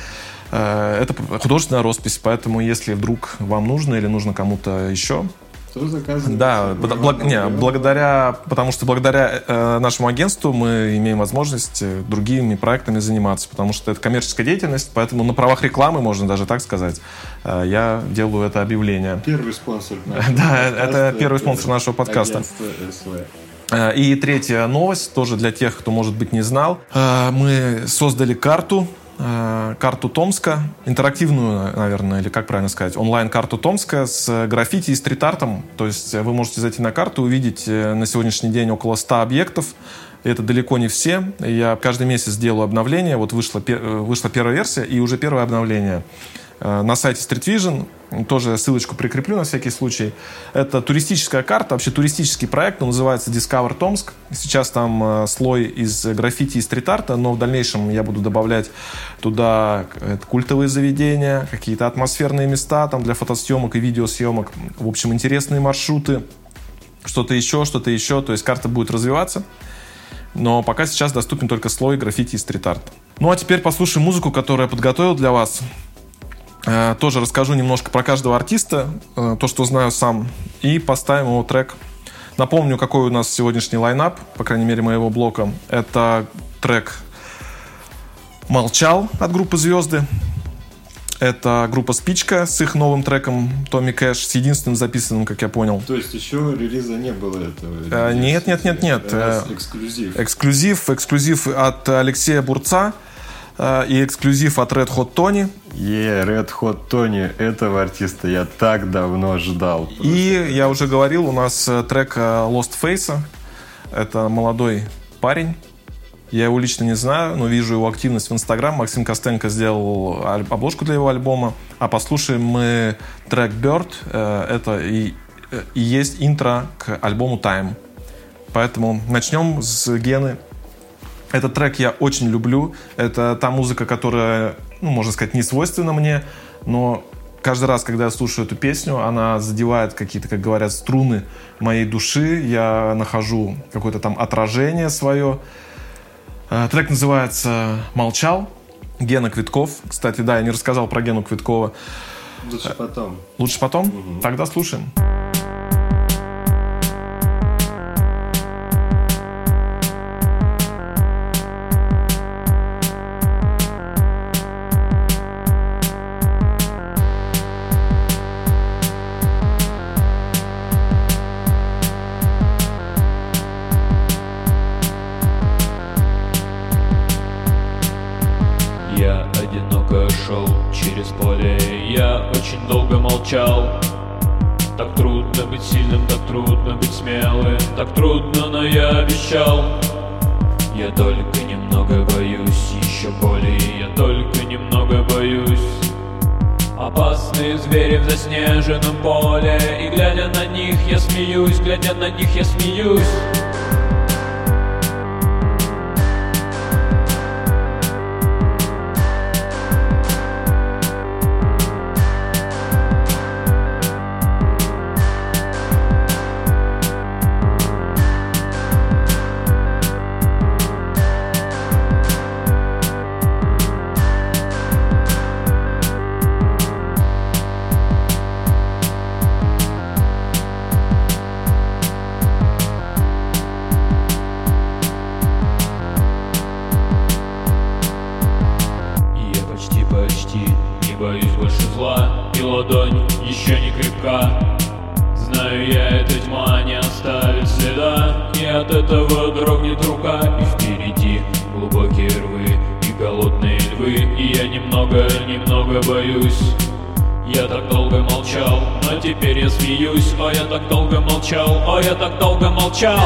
Это художественная роспись, поэтому если вдруг вам нужно или нужно кому-то еще... Кто заказывает? Да, благ, не, благодаря, потому что благодаря э, нашему агентству мы имеем возможность другими проектами заниматься, потому что это коммерческая деятельность, поэтому на правах рекламы, можно даже так сказать, э, я делаю это объявление. Первый спонсор нашего Да, подкаста, это первый спонсор нашего подкаста. Агентство эс вэ. И третья новость, тоже для тех, кто, может быть, не знал. Э, мы создали карту, карту Томска, интерактивную, наверное, или как правильно сказать, онлайн-карту Томска с граффити и стрит-артом. То есть вы можете зайти на карту и увидеть на сегодняшний день около ста объектов. Это далеко не все. Я каждый месяц делаю обновление. Вот вышла, вышла первая версия и уже первое обновление. На сайте Street Vision, тоже ссылочку прикреплю на всякий случай. Это туристическая карта, вообще туристический проект, он называется Discover Tomsk. Сейчас там слой из граффити и стрит-арта, но в дальнейшем я буду добавлять туда культовые заведения, какие-то атмосферные места там для фотосъемок и видеосъемок. В общем, интересные маршруты, что-то еще, что-то еще. То есть карта будет развиваться. Но пока сейчас доступен только слой граффити и стрит-арт. Ну а теперь послушаем музыку, которую я подготовил для вас. Тоже расскажу немножко про каждого артиста, то, что знаю сам, и поставим его трек. Напомню, какой у нас сегодняшний лайнап, по крайней мере, моего блока. Это трек «Молчал» от группы «Звезды». Это группа «Спичка» с их новым треком «Томми Кэш», с единственным записанным, как я понял. То есть еще релиза не было этого? А, нет, нет, нет, нет. Это эксклюзив. Эксклюзив, эксклюзив от Алексея Бурца и эксклюзив от Red Hot Tony. Е, yeah, Red Hot Tony, этого артиста я так давно ждал. Просто. И я уже говорил, у нас трек Lost Face. Это молодой парень. Я его лично не знаю, но вижу его активность в Инстаграм. Максим Костенко сделал обложку для его альбома. А послушаем мы трек Bird. Это и, и есть интро к альбому Time. Поэтому начнем с Гены. Этот трек я очень люблю. Это та музыка, которая, ну, можно сказать, не свойственна мне, но каждый раз, когда я слушаю эту песню, она задевает какие-то, как говорят, струны моей души. Я нахожу какое-то там отражение свое. Трек называется «Молчал». Гена Квитков. Кстати, да, я не рассказал про Гену Квиткова. Лучше потом. Лучше потом? Угу. Тогда слушаем. Я одиноко шел через поле, я очень долго молчал. Так трудно быть сильным, так трудно быть смелым, так трудно, но я обещал. Я только немного боюсь, еще более, я только немного боюсь. Опасные звери в заснеженном поле, и глядя на них я смеюсь, глядя на них я смеюсь. Ладонь еще не крепка. Знаю я, эта тьма не оставит следа, и от этого дрогнет рука. И впереди глубокие рвы и голодные львы, и я немного, немного боюсь. Я так долго молчал, но теперь я смеюсь. О, я так долго молчал, о, я так долго молчал.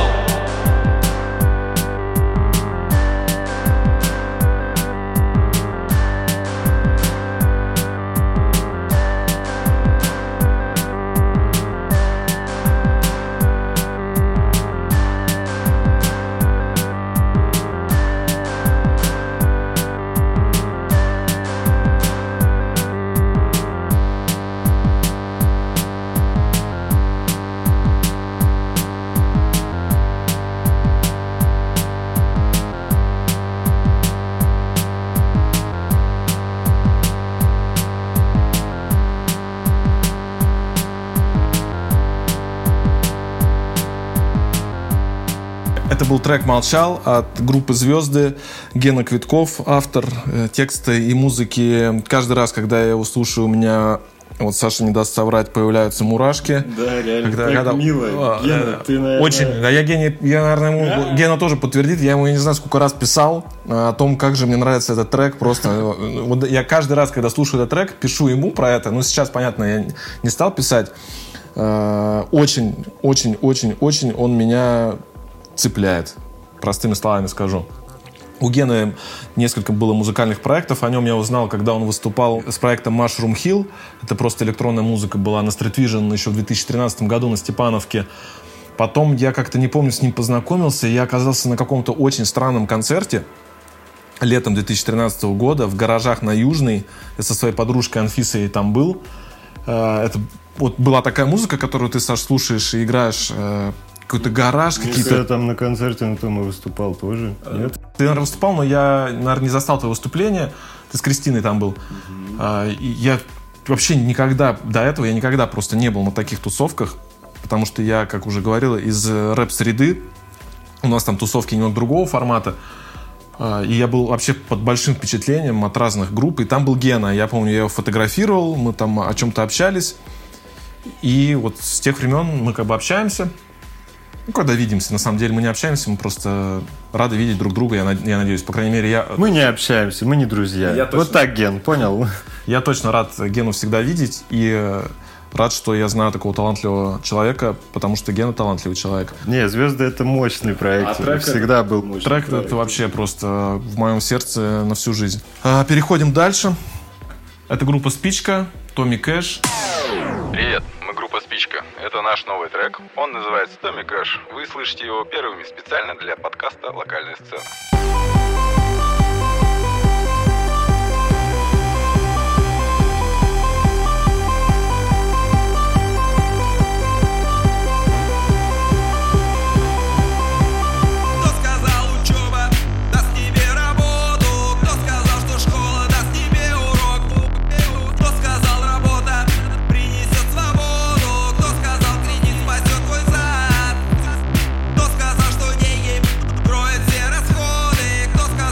был трек «Молчал» от группы «Звезды». Гена Квитков, автор э, текста и музыки. Каждый раз, когда я его слушаю, у меня, вот Саша не даст соврать, появляются мурашки. Да, реально, когда, так когда, мило. Гена, э, ты, наверное... Очень. Да, я, Гене, я, наверное, ему, да? Гена тоже подтвердит. Я ему, я не знаю, сколько раз писал о том, как же мне нравится этот трек. Просто вот я каждый раз, когда слушаю этот трек, пишу ему про это. Ну, сейчас, понятно, я не стал писать. Очень, очень, очень, очень он меня цепляет. Простыми словами скажу. У Гены несколько было музыкальных проектов. О нем я узнал, когда он выступал с проектом Mushroom Hill. Это просто электронная музыка была на Street Vision еще в две тысячи тринадцатом году на Степановке. Потом я как-то, не помню, с ним познакомился. Я оказался на каком-то очень странном концерте летом две тысячи тринадцатого года в гаражах на Южной. Я со своей подружкой Анфисой там был. Это вот была такая музыка, которую ты, Саш, слушаешь и играешь. Какой-то гараж, Если какие-то... я там на концерте на том и выступал тоже, нет? Ты, наверное, выступал, но я, наверное, не застал твое выступление. Ты с Кристиной там был. Mm-hmm. И я вообще никогда, до этого я никогда просто не был на таких тусовках, потому что я, как уже говорил, из рэп-среды. У нас там тусовки немного другого формата. И я был вообще под большим впечатлением от разных групп. И там был Гена. Я помню, я его фотографировал, мы там о чем-то общались. И вот с тех времен мы как бы общаемся. Ну, когда видимся, на самом деле мы не общаемся, мы просто рады видеть друг друга, я, я надеюсь, по крайней мере, я... Мы не общаемся, мы не друзья. Я вот точно... так, Ген, понял? Я точно рад Гену всегда видеть и рад, что я знаю такого талантливого человека, потому что Гена талантливый человек. Не, «Звезды» — это мощный проект, а трек всегда был мощный трек проект. Это вообще просто в моем сердце на всю жизнь. А, переходим дальше. Это группа «Спичка», Томми Кэш. Привет, мы группа «Спичка». Это наш новый трек. Он называется «Томми Кэш». Вы слышите его первыми специально для подкаста «Локальная сцена». Кто сказал, что деньги кроют все расходы? Кто сказал,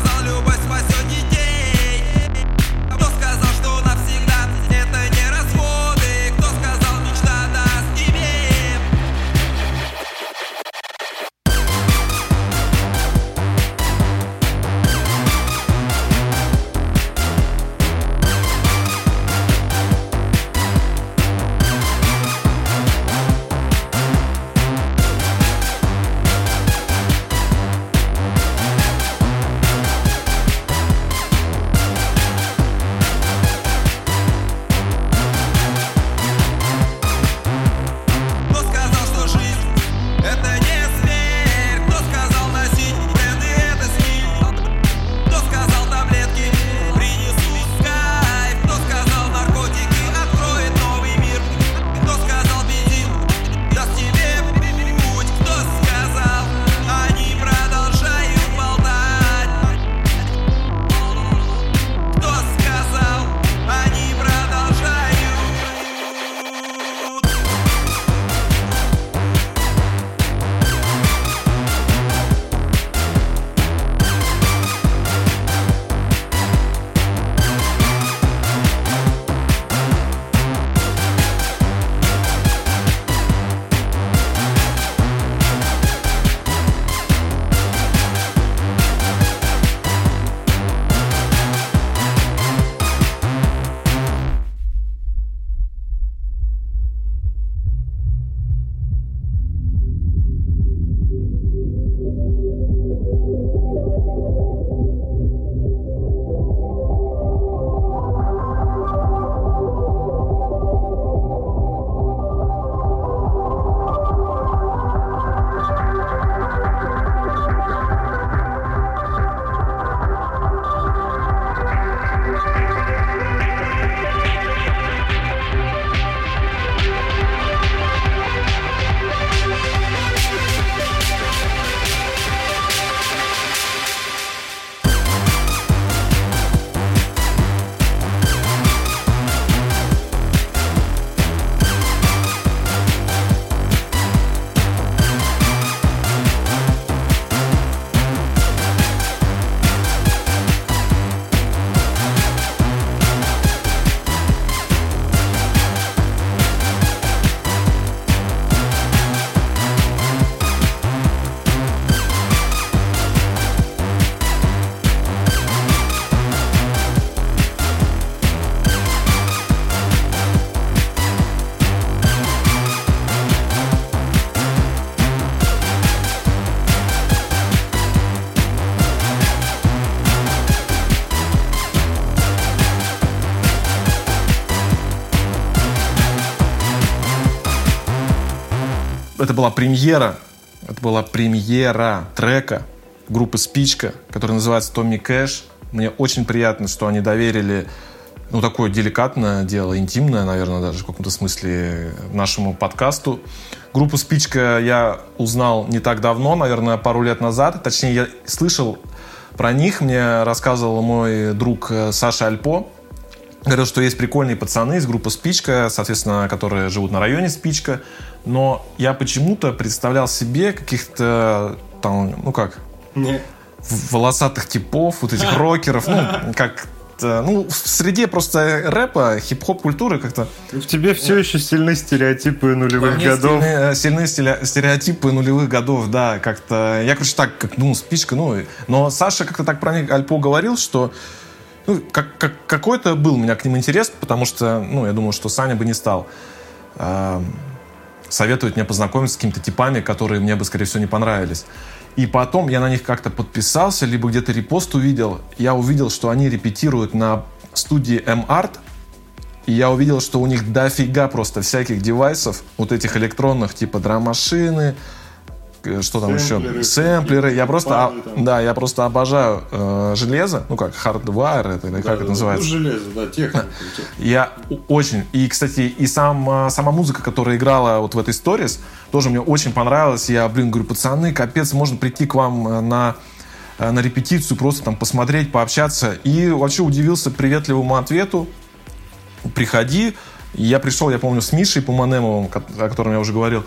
это была премьера, это была премьера трека группы «Спичка», который называется «Томми Кэш». Мне очень приятно, что они доверили, ну, такое деликатное дело, интимное, наверное, даже в каком-то смысле нашему подкасту. Группу «Спичка» я узнал не так давно, наверное, пару лет назад. Точнее, я слышал про них. Мне рассказывал мой друг Саша Альпо. Говорил, что есть прикольные пацаны из группы «Спичка», соответственно, которые живут на районе «Спичка». Но я почему-то представлял себе каких-то там, ну как, Не. волосатых типов, вот этих рокеров, ну, как ну, в среде просто рэпа, хип-хоп культуры как-то... В тебе все еще сильны стереотипы нулевых годов. Сильны, сильны стереотипы нулевых годов, да, как-то... Я, короче, так, как, ну, «Спичка», ну... Но Саша как-то так про них Альпо говорил, что... Ну, как, как, какой-то был у меня к ним интерес, потому что, ну, я думал, что Саня бы не стал э, советовать мне познакомиться с какими-то типами, которые мне бы, скорее всего, не понравились. И потом я на них как-то подписался, либо где-то репост увидел. Я увидел, что они репетируют на студии M-Art. И я увидел, что у них дофига просто всяких девайсов, вот этих электронных, типа драм-машины, что там Сэмплеры, еще, сэмплеры. Я просто, а, да, я просто обожаю э, железо, ну как, hardwire это, или да, как да, это называется? Ну, железо, да, техника. Я очень, и, кстати, и сам, сама музыка, которая играла вот в этой сторис, тоже мне очень понравилась. Я, блин, говорю, пацаны, капец, можно прийти к вам на, на репетицию, просто там посмотреть, пообщаться. И вообще удивился приветливому ответу. Приходи. Я пришел, я помню, с Мишей Пуманемовым, о котором я уже говорил.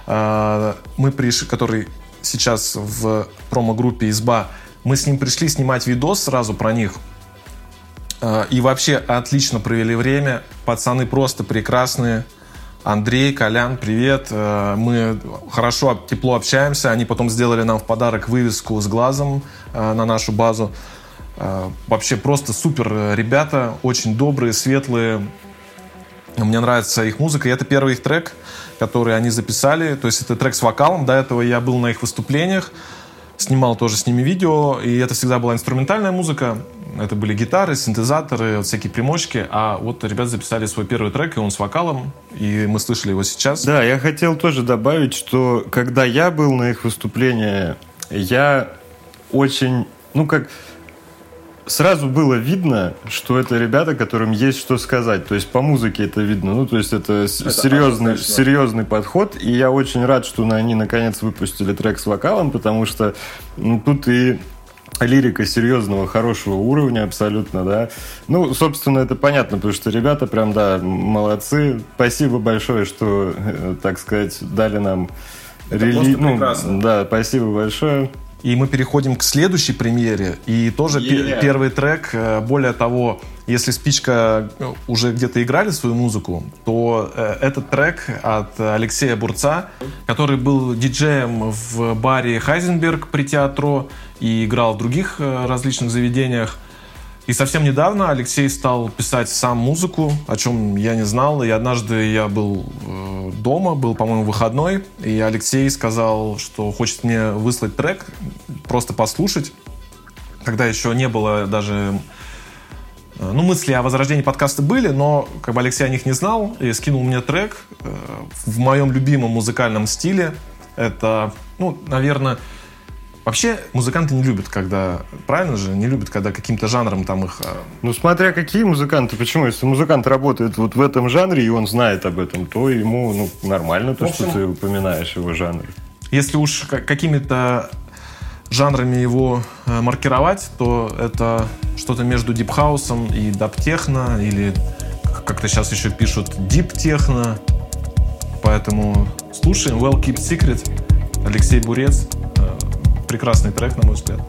Мы пришли, который сейчас в промо-группе «Изба», мы с ним пришли снимать видос сразу про них. И вообще отлично провели время. Пацаны просто прекрасные. Андрей, Колян, привет. Мы хорошо, тепло общаемся. Они потом сделали нам в подарок вывеску с глазом на нашу базу. Вообще просто супер ребята. Очень добрые, светлые. Мне нравится их музыка. И это первый их трек, который они записали. То есть это трек с вокалом. До этого я был на их выступлениях. Снимал тоже с ними видео. И это всегда была инструментальная музыка. Это были гитары, синтезаторы, вот всякие примочки. А вот ребята записали свой первый трек, и он с вокалом. И мы слышали его сейчас. Да, я хотел тоже добавить, что когда я был на их выступлении, я очень, ну как... Сразу было видно, что это ребята, которым есть что сказать. То есть по музыке это видно. Ну, то есть это, это серьезный, серьезный подход. И я очень рад, что они наконец выпустили трек с вокалом, потому что ну, тут и лирика серьезного, хорошего уровня абсолютно, да. Ну, собственно, это понятно, потому что ребята прям, да, молодцы. Спасибо большое, что, так сказать, дали нам релиз. Ну, да, спасибо большое. И мы переходим к следующей премьере. И тоже yeah. первый трек. Более того, если «Спичка» уже где-то играли свою музыку, то этот трек от Алексея Бурца, который был диджеем в баре «Хайзенберг» при Театро и играл в других различных заведениях. И совсем недавно Алексей стал писать сам музыку, о чем я не знал. И однажды я был э, дома, был, по-моему, выходной, и Алексей сказал, что хочет мне выслать трек, просто послушать. Когда еще не было даже... Э, ну, мысли о возрождении подкаста были, но как бы Алексей о них не знал, и скинул мне трек э, в моем любимом музыкальном стиле. Это, ну, наверное... Вообще музыканты не любят, когда... Правильно же? Не любят, когда каким-то жанром там их... Ну, смотря какие музыканты. Почему? Если музыкант работает вот в этом жанре, и он знает об этом, то ему ну, нормально то, общем, что ты упоминаешь его жанр. Если уж какими-то жанрами его маркировать, то это что-то между дипхаусом и дабтехно, или как-то сейчас еще пишут диптехно. Поэтому слушаем Well Kept Secret, Алексей Бурец. Прекрасный трек, на мой взгляд.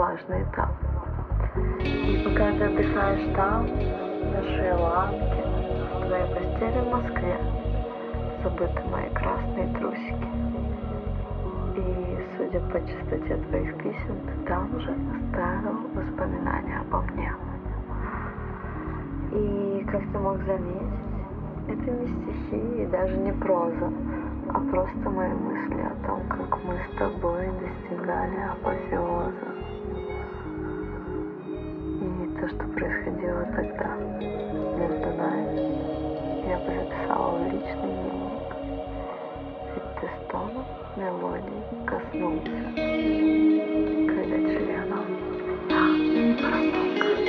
важный этап. И пока ты отдыхаешь там, на Шри-Ланке, в твоей постели в Москве, забыты мои красные трусики. И, судя по частоте твоих писем, ты там же оставил воспоминания обо мне. И, как ты мог заметить, это не стихи и даже не проза, а просто мои мысли о том, как мы с тобой достигали апофеоза. И то, что происходило тогда между нами, я бы записала в личный дневник. Ведь ты стонов мелодий коснулся, когда членом я промок.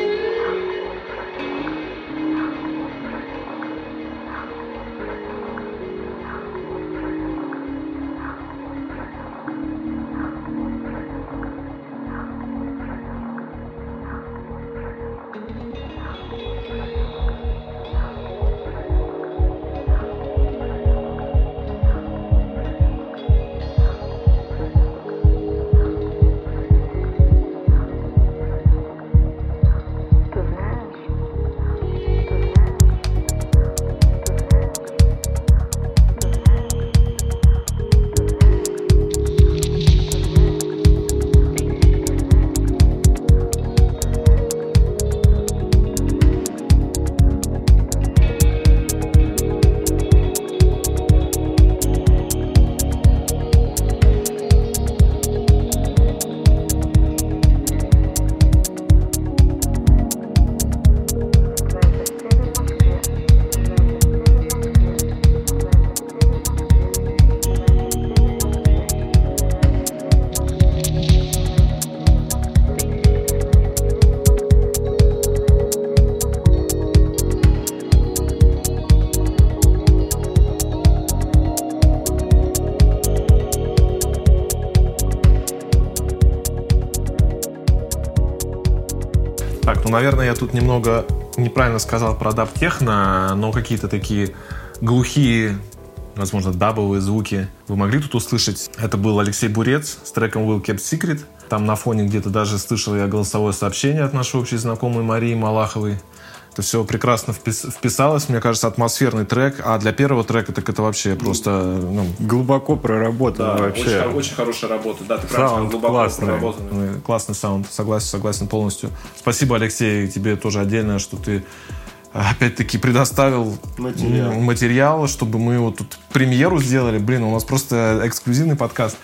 Так, ну, наверное, я тут немного неправильно сказал про даб-техно, но какие-то такие глухие, возможно, дабовые звуки вы могли тут услышать. Это был Алексей Бурец с треком Will Kept Secret. Там на фоне где-то даже слышал я голосовое сообщение от нашей общей знакомой Марии Малаховой. Это все прекрасно вписалось, мне кажется, атмосферный трек. А для первого трека так это вообще просто... Ну, глубоко проработано, да, вообще. Очень, очень хорошая работа. Да, ты правильно, глубоко классный. проработанный. Классный саунд, согласен, согласен полностью. Спасибо, Алексей, тебе тоже отдельно, что ты опять-таки предоставил материал. материал, чтобы мы вот тут премьеру сделали. Блин, у нас просто эксклюзивный подкаст.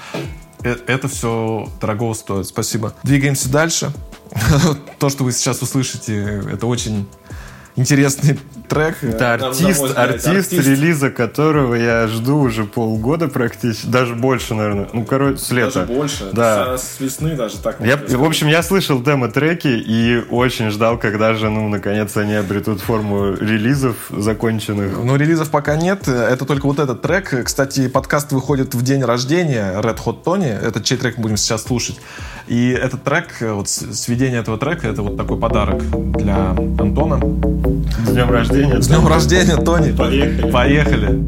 Это все дорого стоит. Спасибо. Двигаемся дальше. То, что вы сейчас услышите, это очень интересный трек. Это артист, артист, артист, релиза которого я жду уже полгода практически, даже больше, наверное. Ну, короче, с лета. Даже больше? Да. С, с весны даже так. Я, в общем, я слышал демо-треки и очень ждал, когда же, ну, наконец, они обретут форму релизов законченных. Ну, релизов пока нет. Это только вот этот трек. Кстати, подкаст выходит в день рождения Red Hot Tony. Этот чей трек мы будем сейчас слушать. И этот трек, вот сведение этого трека, это вот такой подарок для Антона. С днем рождения. С днем рождения, Тони. Поехали. Поехали.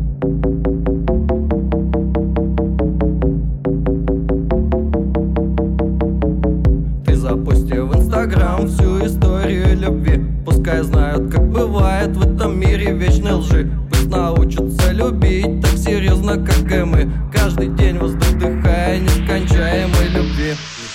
Ты запусти в Инстаграм всю историю любви. Пускай знают, как бывает в этом мире вечной лжи. Пусть научатся любить так серьезно, как и мы. Каждый день воздыхая нескончаемой любви.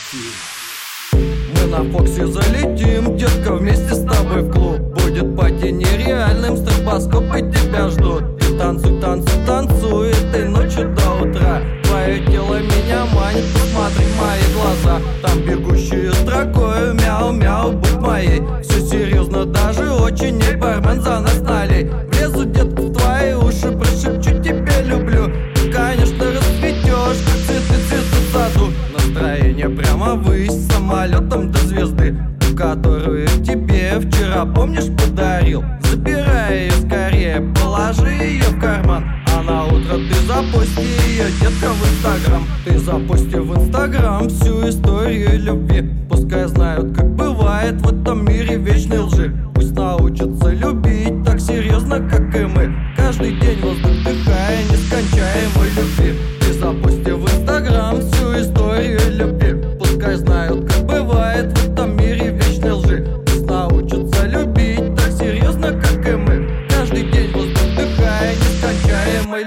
Мы на Фоксе залетим, детка, вместе с тобой в клуб. Будет пати нереальным, стробоскопы тебя ждут. Ты танцуй, танцуй, танцуй этой ночью до утра. Твое тело меня манит, посмотри в мои глаза. Там бегущие строкою, мяу-мяу, будь моей. Все серьезно, даже очень, эй, бармен, за нас налей. Влезу, детка, в твои уши, прошепчу тебе люблю. Ты, конечно, расцветешь, как цветы цветут в саду. Настроение прямо ввысь, самолетом до звезды, которую тебе вчера, помнишь, подарил. Забирай ее скорее, положи ее в карман. А на утро ты запусти ее, детка, в Инстаграм. Ты запусти в Инстаграм всю историю любви. Пускай знают, как бывает в этом мире вечной лжи. Пусть научатся любить так серьезно, как и мы. Каждый день воздух вдыхая нескончаемой любви. Ты запусти в Инстаграм всю историю любви. Пускай знают, как бывает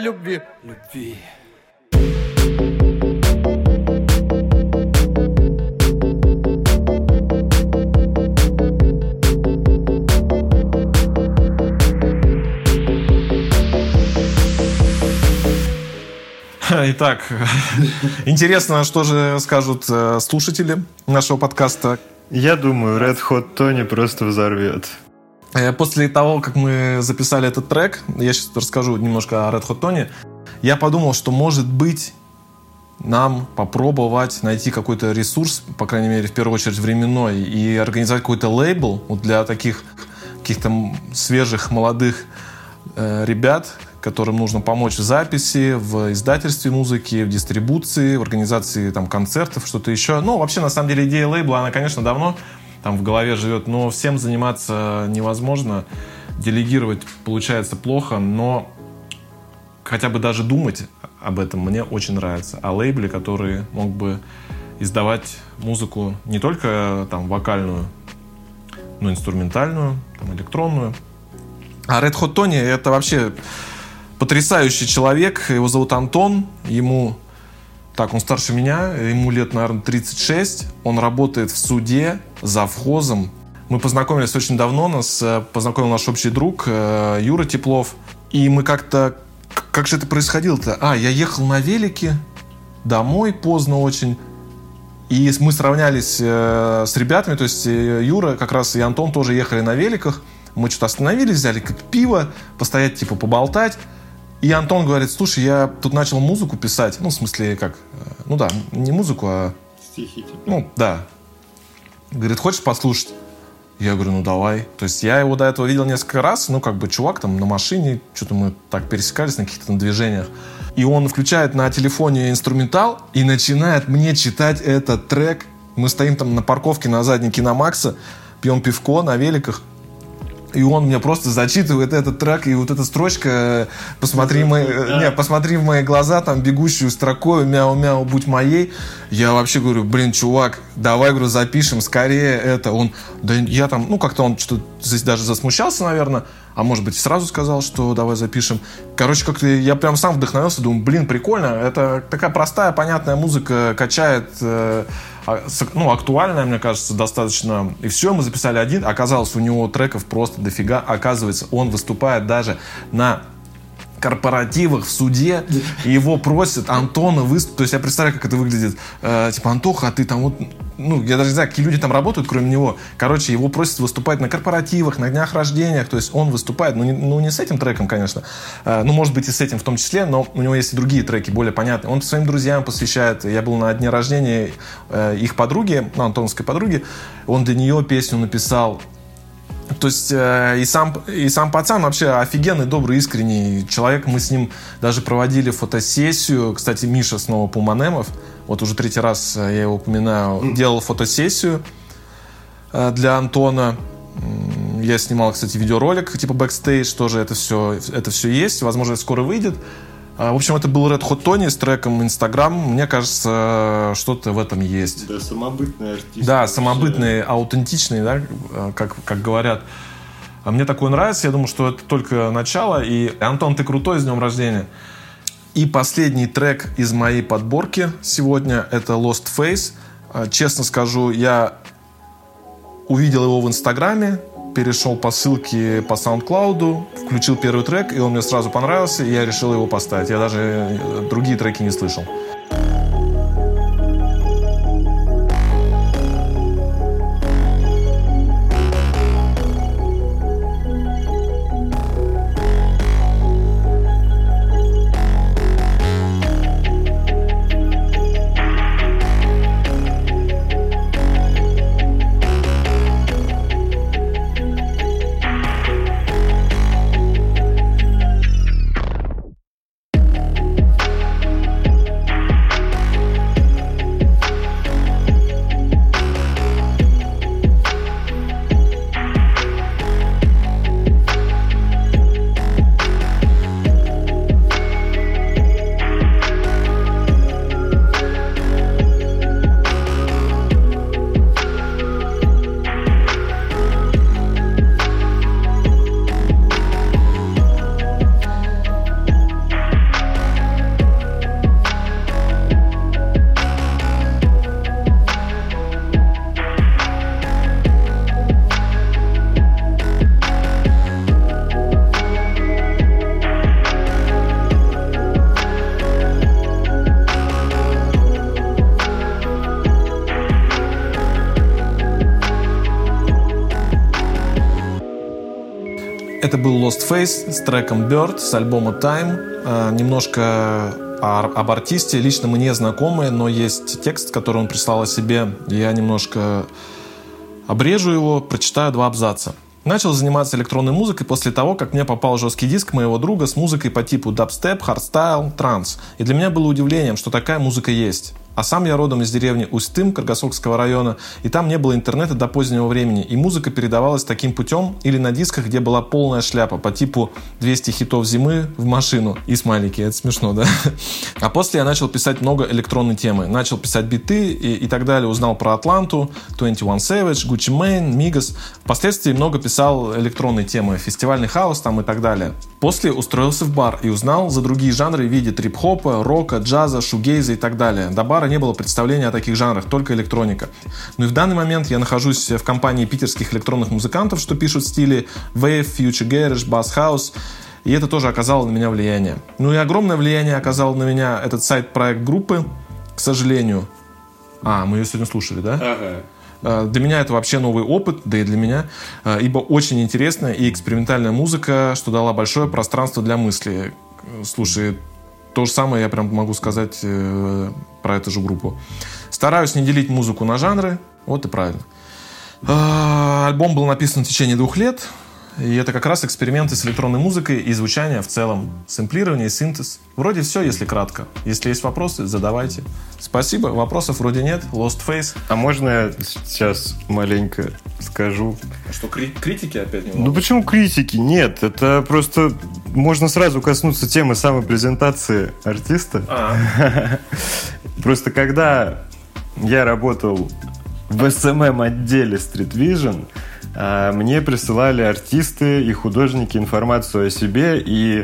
любви, любви. Итак, интересно, что же скажут э, слушатели нашего подкаста. Я думаю, Red Hot Tony просто взорвет. Э, После того, как мы записали этот трек, я сейчас расскажу немножко о Red Hot Tony, я подумал, что, может быть, нам попробовать найти какой-то ресурс, по крайней мере, в первую очередь временной, и организовать какой-то лейбл вот для таких каких-то свежих, молодых э, ребят, которым нужно помочь в записи, в издательстве музыки, в дистрибуции, в организации там, концертов, что-то еще. Ну, вообще, на самом деле, идея лейбла, она, конечно, давно там в голове живет, но всем заниматься невозможно. Делегировать получается плохо, но хотя бы даже думать об этом мне очень нравится. О лейбле, который мог бы издавать музыку не только там, вокальную, но и инструментальную, там, электронную. А Red Hot Tony — это вообще потрясающий человек. Его зовут Антон. Ему, так, он старше меня, ему лет, наверное, тридцать шесть. Он работает в суде завхозом. Мы познакомились очень давно. Нас познакомил наш общий друг Юра Теплов. И мы как-то... Как же это происходило-то? А, я ехал на велике домой поздно очень. И мы сравнялись с ребятами. То есть Юра как раз и Антон тоже ехали на великах. Мы что-то остановились, взяли пиво, постоять, типа, поболтать. И Антон говорит: слушай, я тут начал музыку писать. Ну, в смысле, как? Ну да, не музыку, а... Стихи, типа. Ну, да. Говорит: хочешь послушать? Я говорю: ну, давай. То есть я его до этого видел несколько раз. Ну, как бы чувак там на машине, что-то мы так пересекались на каких-то движениях. И он включает на телефоне инструментал и начинает мне читать этот трек. Мы стоим там на парковке на задней Киномакса, пьем пивко на великах. И он мне просто зачитывает этот трек, и вот эта строчка «Посмотри, мои, не, посмотри в мои глаза, там, бегущую строкой, мяу-мяу, будь моей». Я вообще говорю: блин, чувак, давай, говорю, запишем скорее это. Он, да я там, ну, как-то он что-то здесь даже засмущался, наверное, а может быть, сразу сказал, что давай запишем. Короче, как-то я прям сам вдохновился, думаю: блин, прикольно, это такая простая, понятная музыка, качает... Э, ну, актуальная, мне кажется, достаточно. И все, мы записали один. Оказалось, у него треков просто дофига. Оказывается, он выступает даже на корпоративах в суде, и его просят Антона выступить. То есть я представляю, как это выглядит. Э, типа: Антоха, а ты там вот... Ну, я даже не знаю, какие люди там работают, кроме него. Короче, его просят выступать на корпоративах, на днях рождениях. То есть он выступает, ну не, ну, не с этим треком, конечно. Э, ну, может быть, и с этим в том числе, но у него есть и другие треки, более понятные. Он своим друзьям посвящает. Я был на дне рождения э, их подруги, ну, антоновской подруги. Он для нее песню написал. То есть э, и, сам, и сам пацан вообще офигенный, добрый, искренний человек. Мы с ним даже проводили фотосессию. Кстати, Миша снова Пулманемов, вот уже третий раз я его упоминаю, делал фотосессию э, для Антона. Я снимал, кстати, видеоролик типа бэкстейдж, тоже это все, это все есть. Возможно, это скоро выйдет. В общем, это был Red Hot Tony с треком «Инстаграм». Мне кажется, что-то в этом есть. Да, самобытный артист. Да, самобытный, аутентичный, да, как, как говорят. А мне такое нравится. Я думаю, что это только начало. И, Антон, ты крутой, с днем рождения. И последний трек из моей подборки сегодня — это Lost Face. Честно скажу, я увидел его в Инстаграме, перешел по ссылке по SoundCloud, включил первый трек, и он мне сразу понравился, и я решил его поставить. Я даже другие треки не слышал. Это был Lost Face с треком Bird с альбома Time. Немножко об артисте. Лично мы не знакомы, но есть текст, который он прислал о себе. Я немножко обрежу его, прочитаю два абзаца. Начал заниматься электронной музыкой после того, как мне попал жесткий диск моего друга с музыкой по типу дабстеп, хардстайл, транс. И для меня было удивлением, что такая музыка есть. А сам я родом из деревни Усть-Тым, Каргасокского района, и там не было интернета до позднего времени, и музыка передавалась таким путем или на дисках, где была полная шляпа по типу двести хитов зимы в машину и смайлики. Это смешно, да? А после я начал писать много электронной темы. Начал писать биты и, и так далее. Узнал про Атланту, двадцать один Savage, Gucci Mane, Migos. Впоследствии много писал электронной темы, фестивальный хаос там и так далее. После устроился в бар и узнал за другие жанры в виде трип-хопа, рока, джаза, шугейза и так далее. До бара не было представления о таких жанрах, только электроника. Ну и в данный момент я нахожусь в компании питерских электронных музыкантов, что пишут в стиле Wave, Future Garage, Bass House, и это тоже оказало на меня влияние. Ну и огромное влияние оказал на меня этот сайт-проект группы, к сожалению. А, мы ее сегодня слушали, да? Ага. Для меня это вообще новый опыт, да и для меня, ибо очень интересная и экспериментальная музыка, что дала большое пространство для мысли. Слушай, то же самое я прям могу сказать э, про эту же группу. Стараюсь не делить музыку на жанры. Вот и правильно. Э, альбом был написан в течение двух лет. И это как раз эксперименты с электронной музыкой и звучание в целом. Сэмплирование и синтез. Вроде все, если кратко. Если есть вопросы, задавайте. Спасибо. Вопросов вроде нет. Lost Face. А можно я сейчас маленько скажу? А что, кри- критики опять не могут? Ну почему критики? Нет, это просто... Можно сразу коснуться темы самопрезентации артиста. А. Просто когда я работал в эс эм эм-отделе Street Vision, мне присылали артисты и художники информацию о себе, и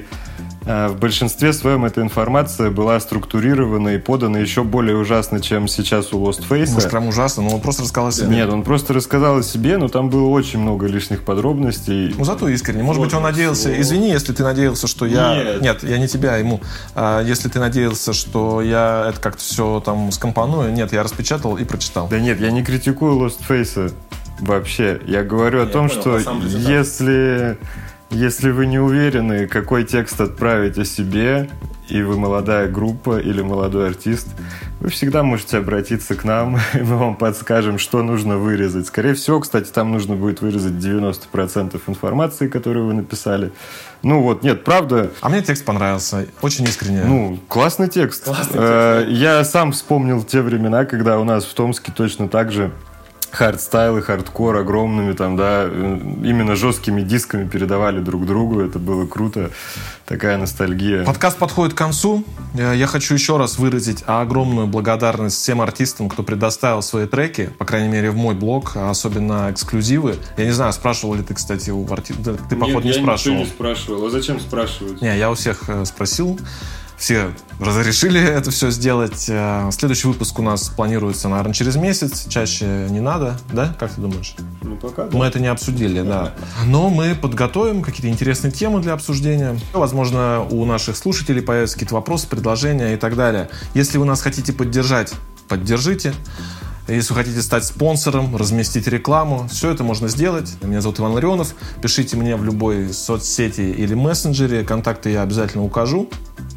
в большинстве своем эта информация была структурирована и подана еще более ужасно, чем сейчас у Lost Face. Может, прям ужасно, но он просто рассказал о себе. Нет, он просто рассказал о себе, но там было очень много лишних подробностей. Ну, зато искренне. Может вот быть, он надеялся... Всего. Извини, если ты надеялся, что я... Нет, Нет я не тебя, а ему. А если ты надеялся, что я это как-то все там скомпоную, нет, я распечатал и прочитал. Да нет, я не критикую Lost Face вообще. Я говорю я о том, понял, что если... Если вы не уверены, какой текст отправить о себе, и вы молодая группа или молодой артист, вы всегда можете обратиться к нам, и мы вам подскажем, что нужно вырезать. Скорее всего, кстати, там нужно будет вырезать девяносто процентов информации, которую вы написали. Ну вот, нет, правда... А мне текст понравился, очень искренне. Ну, классный текст. Классный текст. Я сам вспомнил те времена, когда у нас в Томске точно так же хардстайл и хардкор огромными там, да, именно жесткими дисками передавали друг другу. Это было круто. Такая ностальгия. Подкаст подходит к концу. Я хочу еще раз выразить огромную благодарность всем артистам, кто предоставил свои треки, по крайней мере, в мой блог, особенно эксклюзивы. Я не знаю, спрашивал ли ты, кстати, у артистов. Ты, походу, не спрашивал. Нет, я ничего не спрашивал. А зачем спрашивать? Не, я у всех спросил. Все разрешили это все сделать. Следующий выпуск у нас планируется, наверное, через месяц. Чаще не надо, да? Как ты думаешь? Ну, пока, да. Мы это не обсудили, да. Но мы подготовим какие-то интересные темы для обсуждения. Возможно, у наших слушателей появятся какие-то вопросы, предложения и так далее. Если вы нас хотите поддержать, поддержите. Если вы хотите стать спонсором, разместить рекламу, все это можно сделать. Меня зовут Иван Ларионов. Пишите мне в любой соцсети или мессенджере. Контакты я обязательно укажу.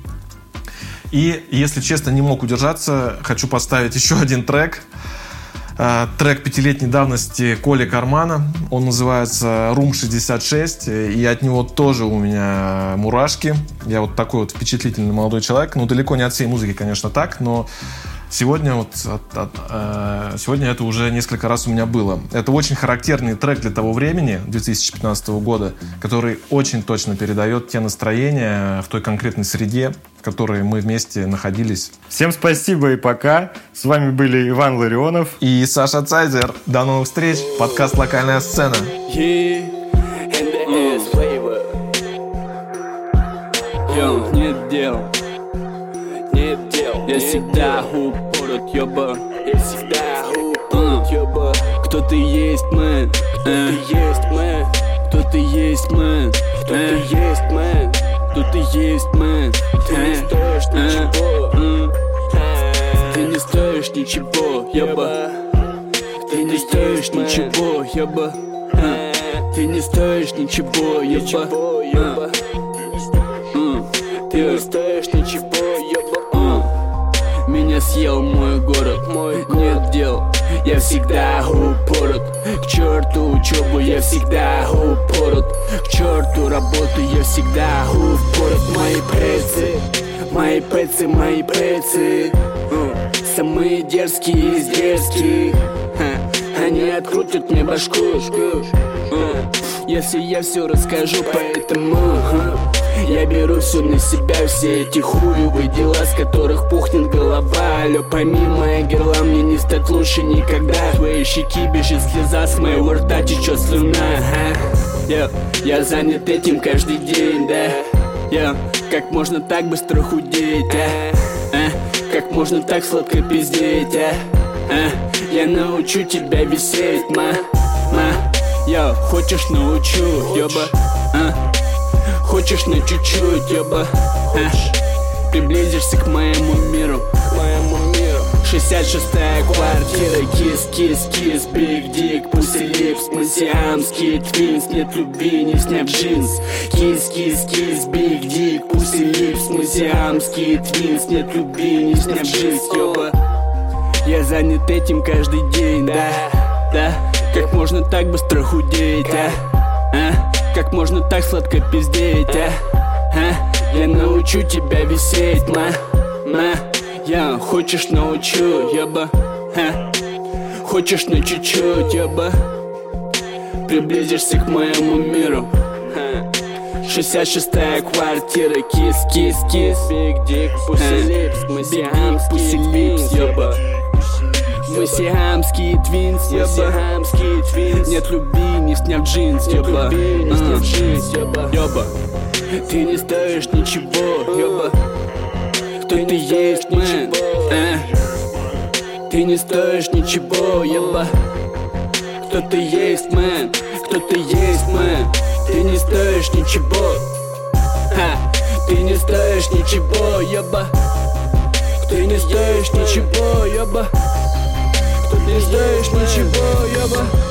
И, если честно, не мог удержаться, хочу поставить еще один трек. Трек пятилетней давности Коли Кармана. Он называется «Рум шестьдесят шесть». И от него тоже у меня мурашки. Я вот такой вот впечатлительный молодой человек. Ну, далеко не от всей музыки, конечно, так, но... Сегодня, вот, от, от, э, сегодня это уже несколько раз у меня было. Это очень характерный трек для того времени, две тысячи пятнадцатого года, который очень точно передает те настроения в той конкретной среде, в которой мы вместе находились. Всем спасибо и пока. С вами были Иван Ларионов и Саша Цайзер. До новых встреч. Подкаст «Локальная сцена». Йоу, нет дел. Нет дел. Я всегда упорот, ёба. Я всегда упорот, ёба. Кто ты есть, мэн? Кто ты есть, мэн? Кто ты есть, мэн? Кто ты есть, мэн? Кто ты есть, мэн? Ты не стоишь ничего. Ты не стоишь ничего, ёба. Ты не стоишь ничего, ёба. Ты не стоишь ничего, еба. А. М. Ты не стоишь ничего, еба. А. Меня съел мой город, мой нет дел. Я всегда упорот. К черту учебу, я всегда упорот. К черту работу, я всегда упорот. Мои предцы, мои предцы, мои предцы, самые дерзкие из дерзких. Они открутят мне башку, если я все расскажу, поэтому я беру все на себя, все эти хуевые дела, с которых пухнет голова. Алло, пойми, моя герла, мне не стать лучше никогда. Твои щеки бежит слеза, с моего рта течет слюна. Я, я занят этим каждый день, да. Я, как можно так быстро худеть, а? А? Как можно так сладко пиздеть, а? А? Я научу тебя висеть, ма, ма. Я, хочешь научу, ёба, а? Хочешь на чуть-чуть, ёба, а? Приблизишься к моему миру, к моему миру. шестьдесят шестая квартира, кис, кис, кис, биг дик, пусси липс. Мы сиамские твинс, нет любви, не сняв джинс. Кис, кис, кис, биг дик, пусси липс. Мы сиамские твинс, нет любви, не сняв джинс, ёба. Я занят этим каждый день, да, да. Как можно так быстро худеть, а? А? Как можно так сладко пиздеть, а? А? Я научу тебя висеть, ма, ма. Я, хочешь научу, ёба, а? Хочешь на чуть-чуть, ёба. Приблизишься к моему миру, а? шестьдесят шестая квартира, кис, кис, кис. Биг дик, пусси липс. Мы сиамские твинс, ёба. Мы сиамские твинс, ёба. Нет любви, не сняв джинс, ёба. Ёба. Ты не стоишь ничего, ёба. Кто ты есть, мэн? Ты не стоишь ничего, ёба. Кто ты есть, мэн? Кто ты есть, мэн? Ты не стоишь ничего. Ха. Ты не стоишь ничего, ёба. Ты не стоишь ничего, ёба. Ты не стоишь ничего, ёба.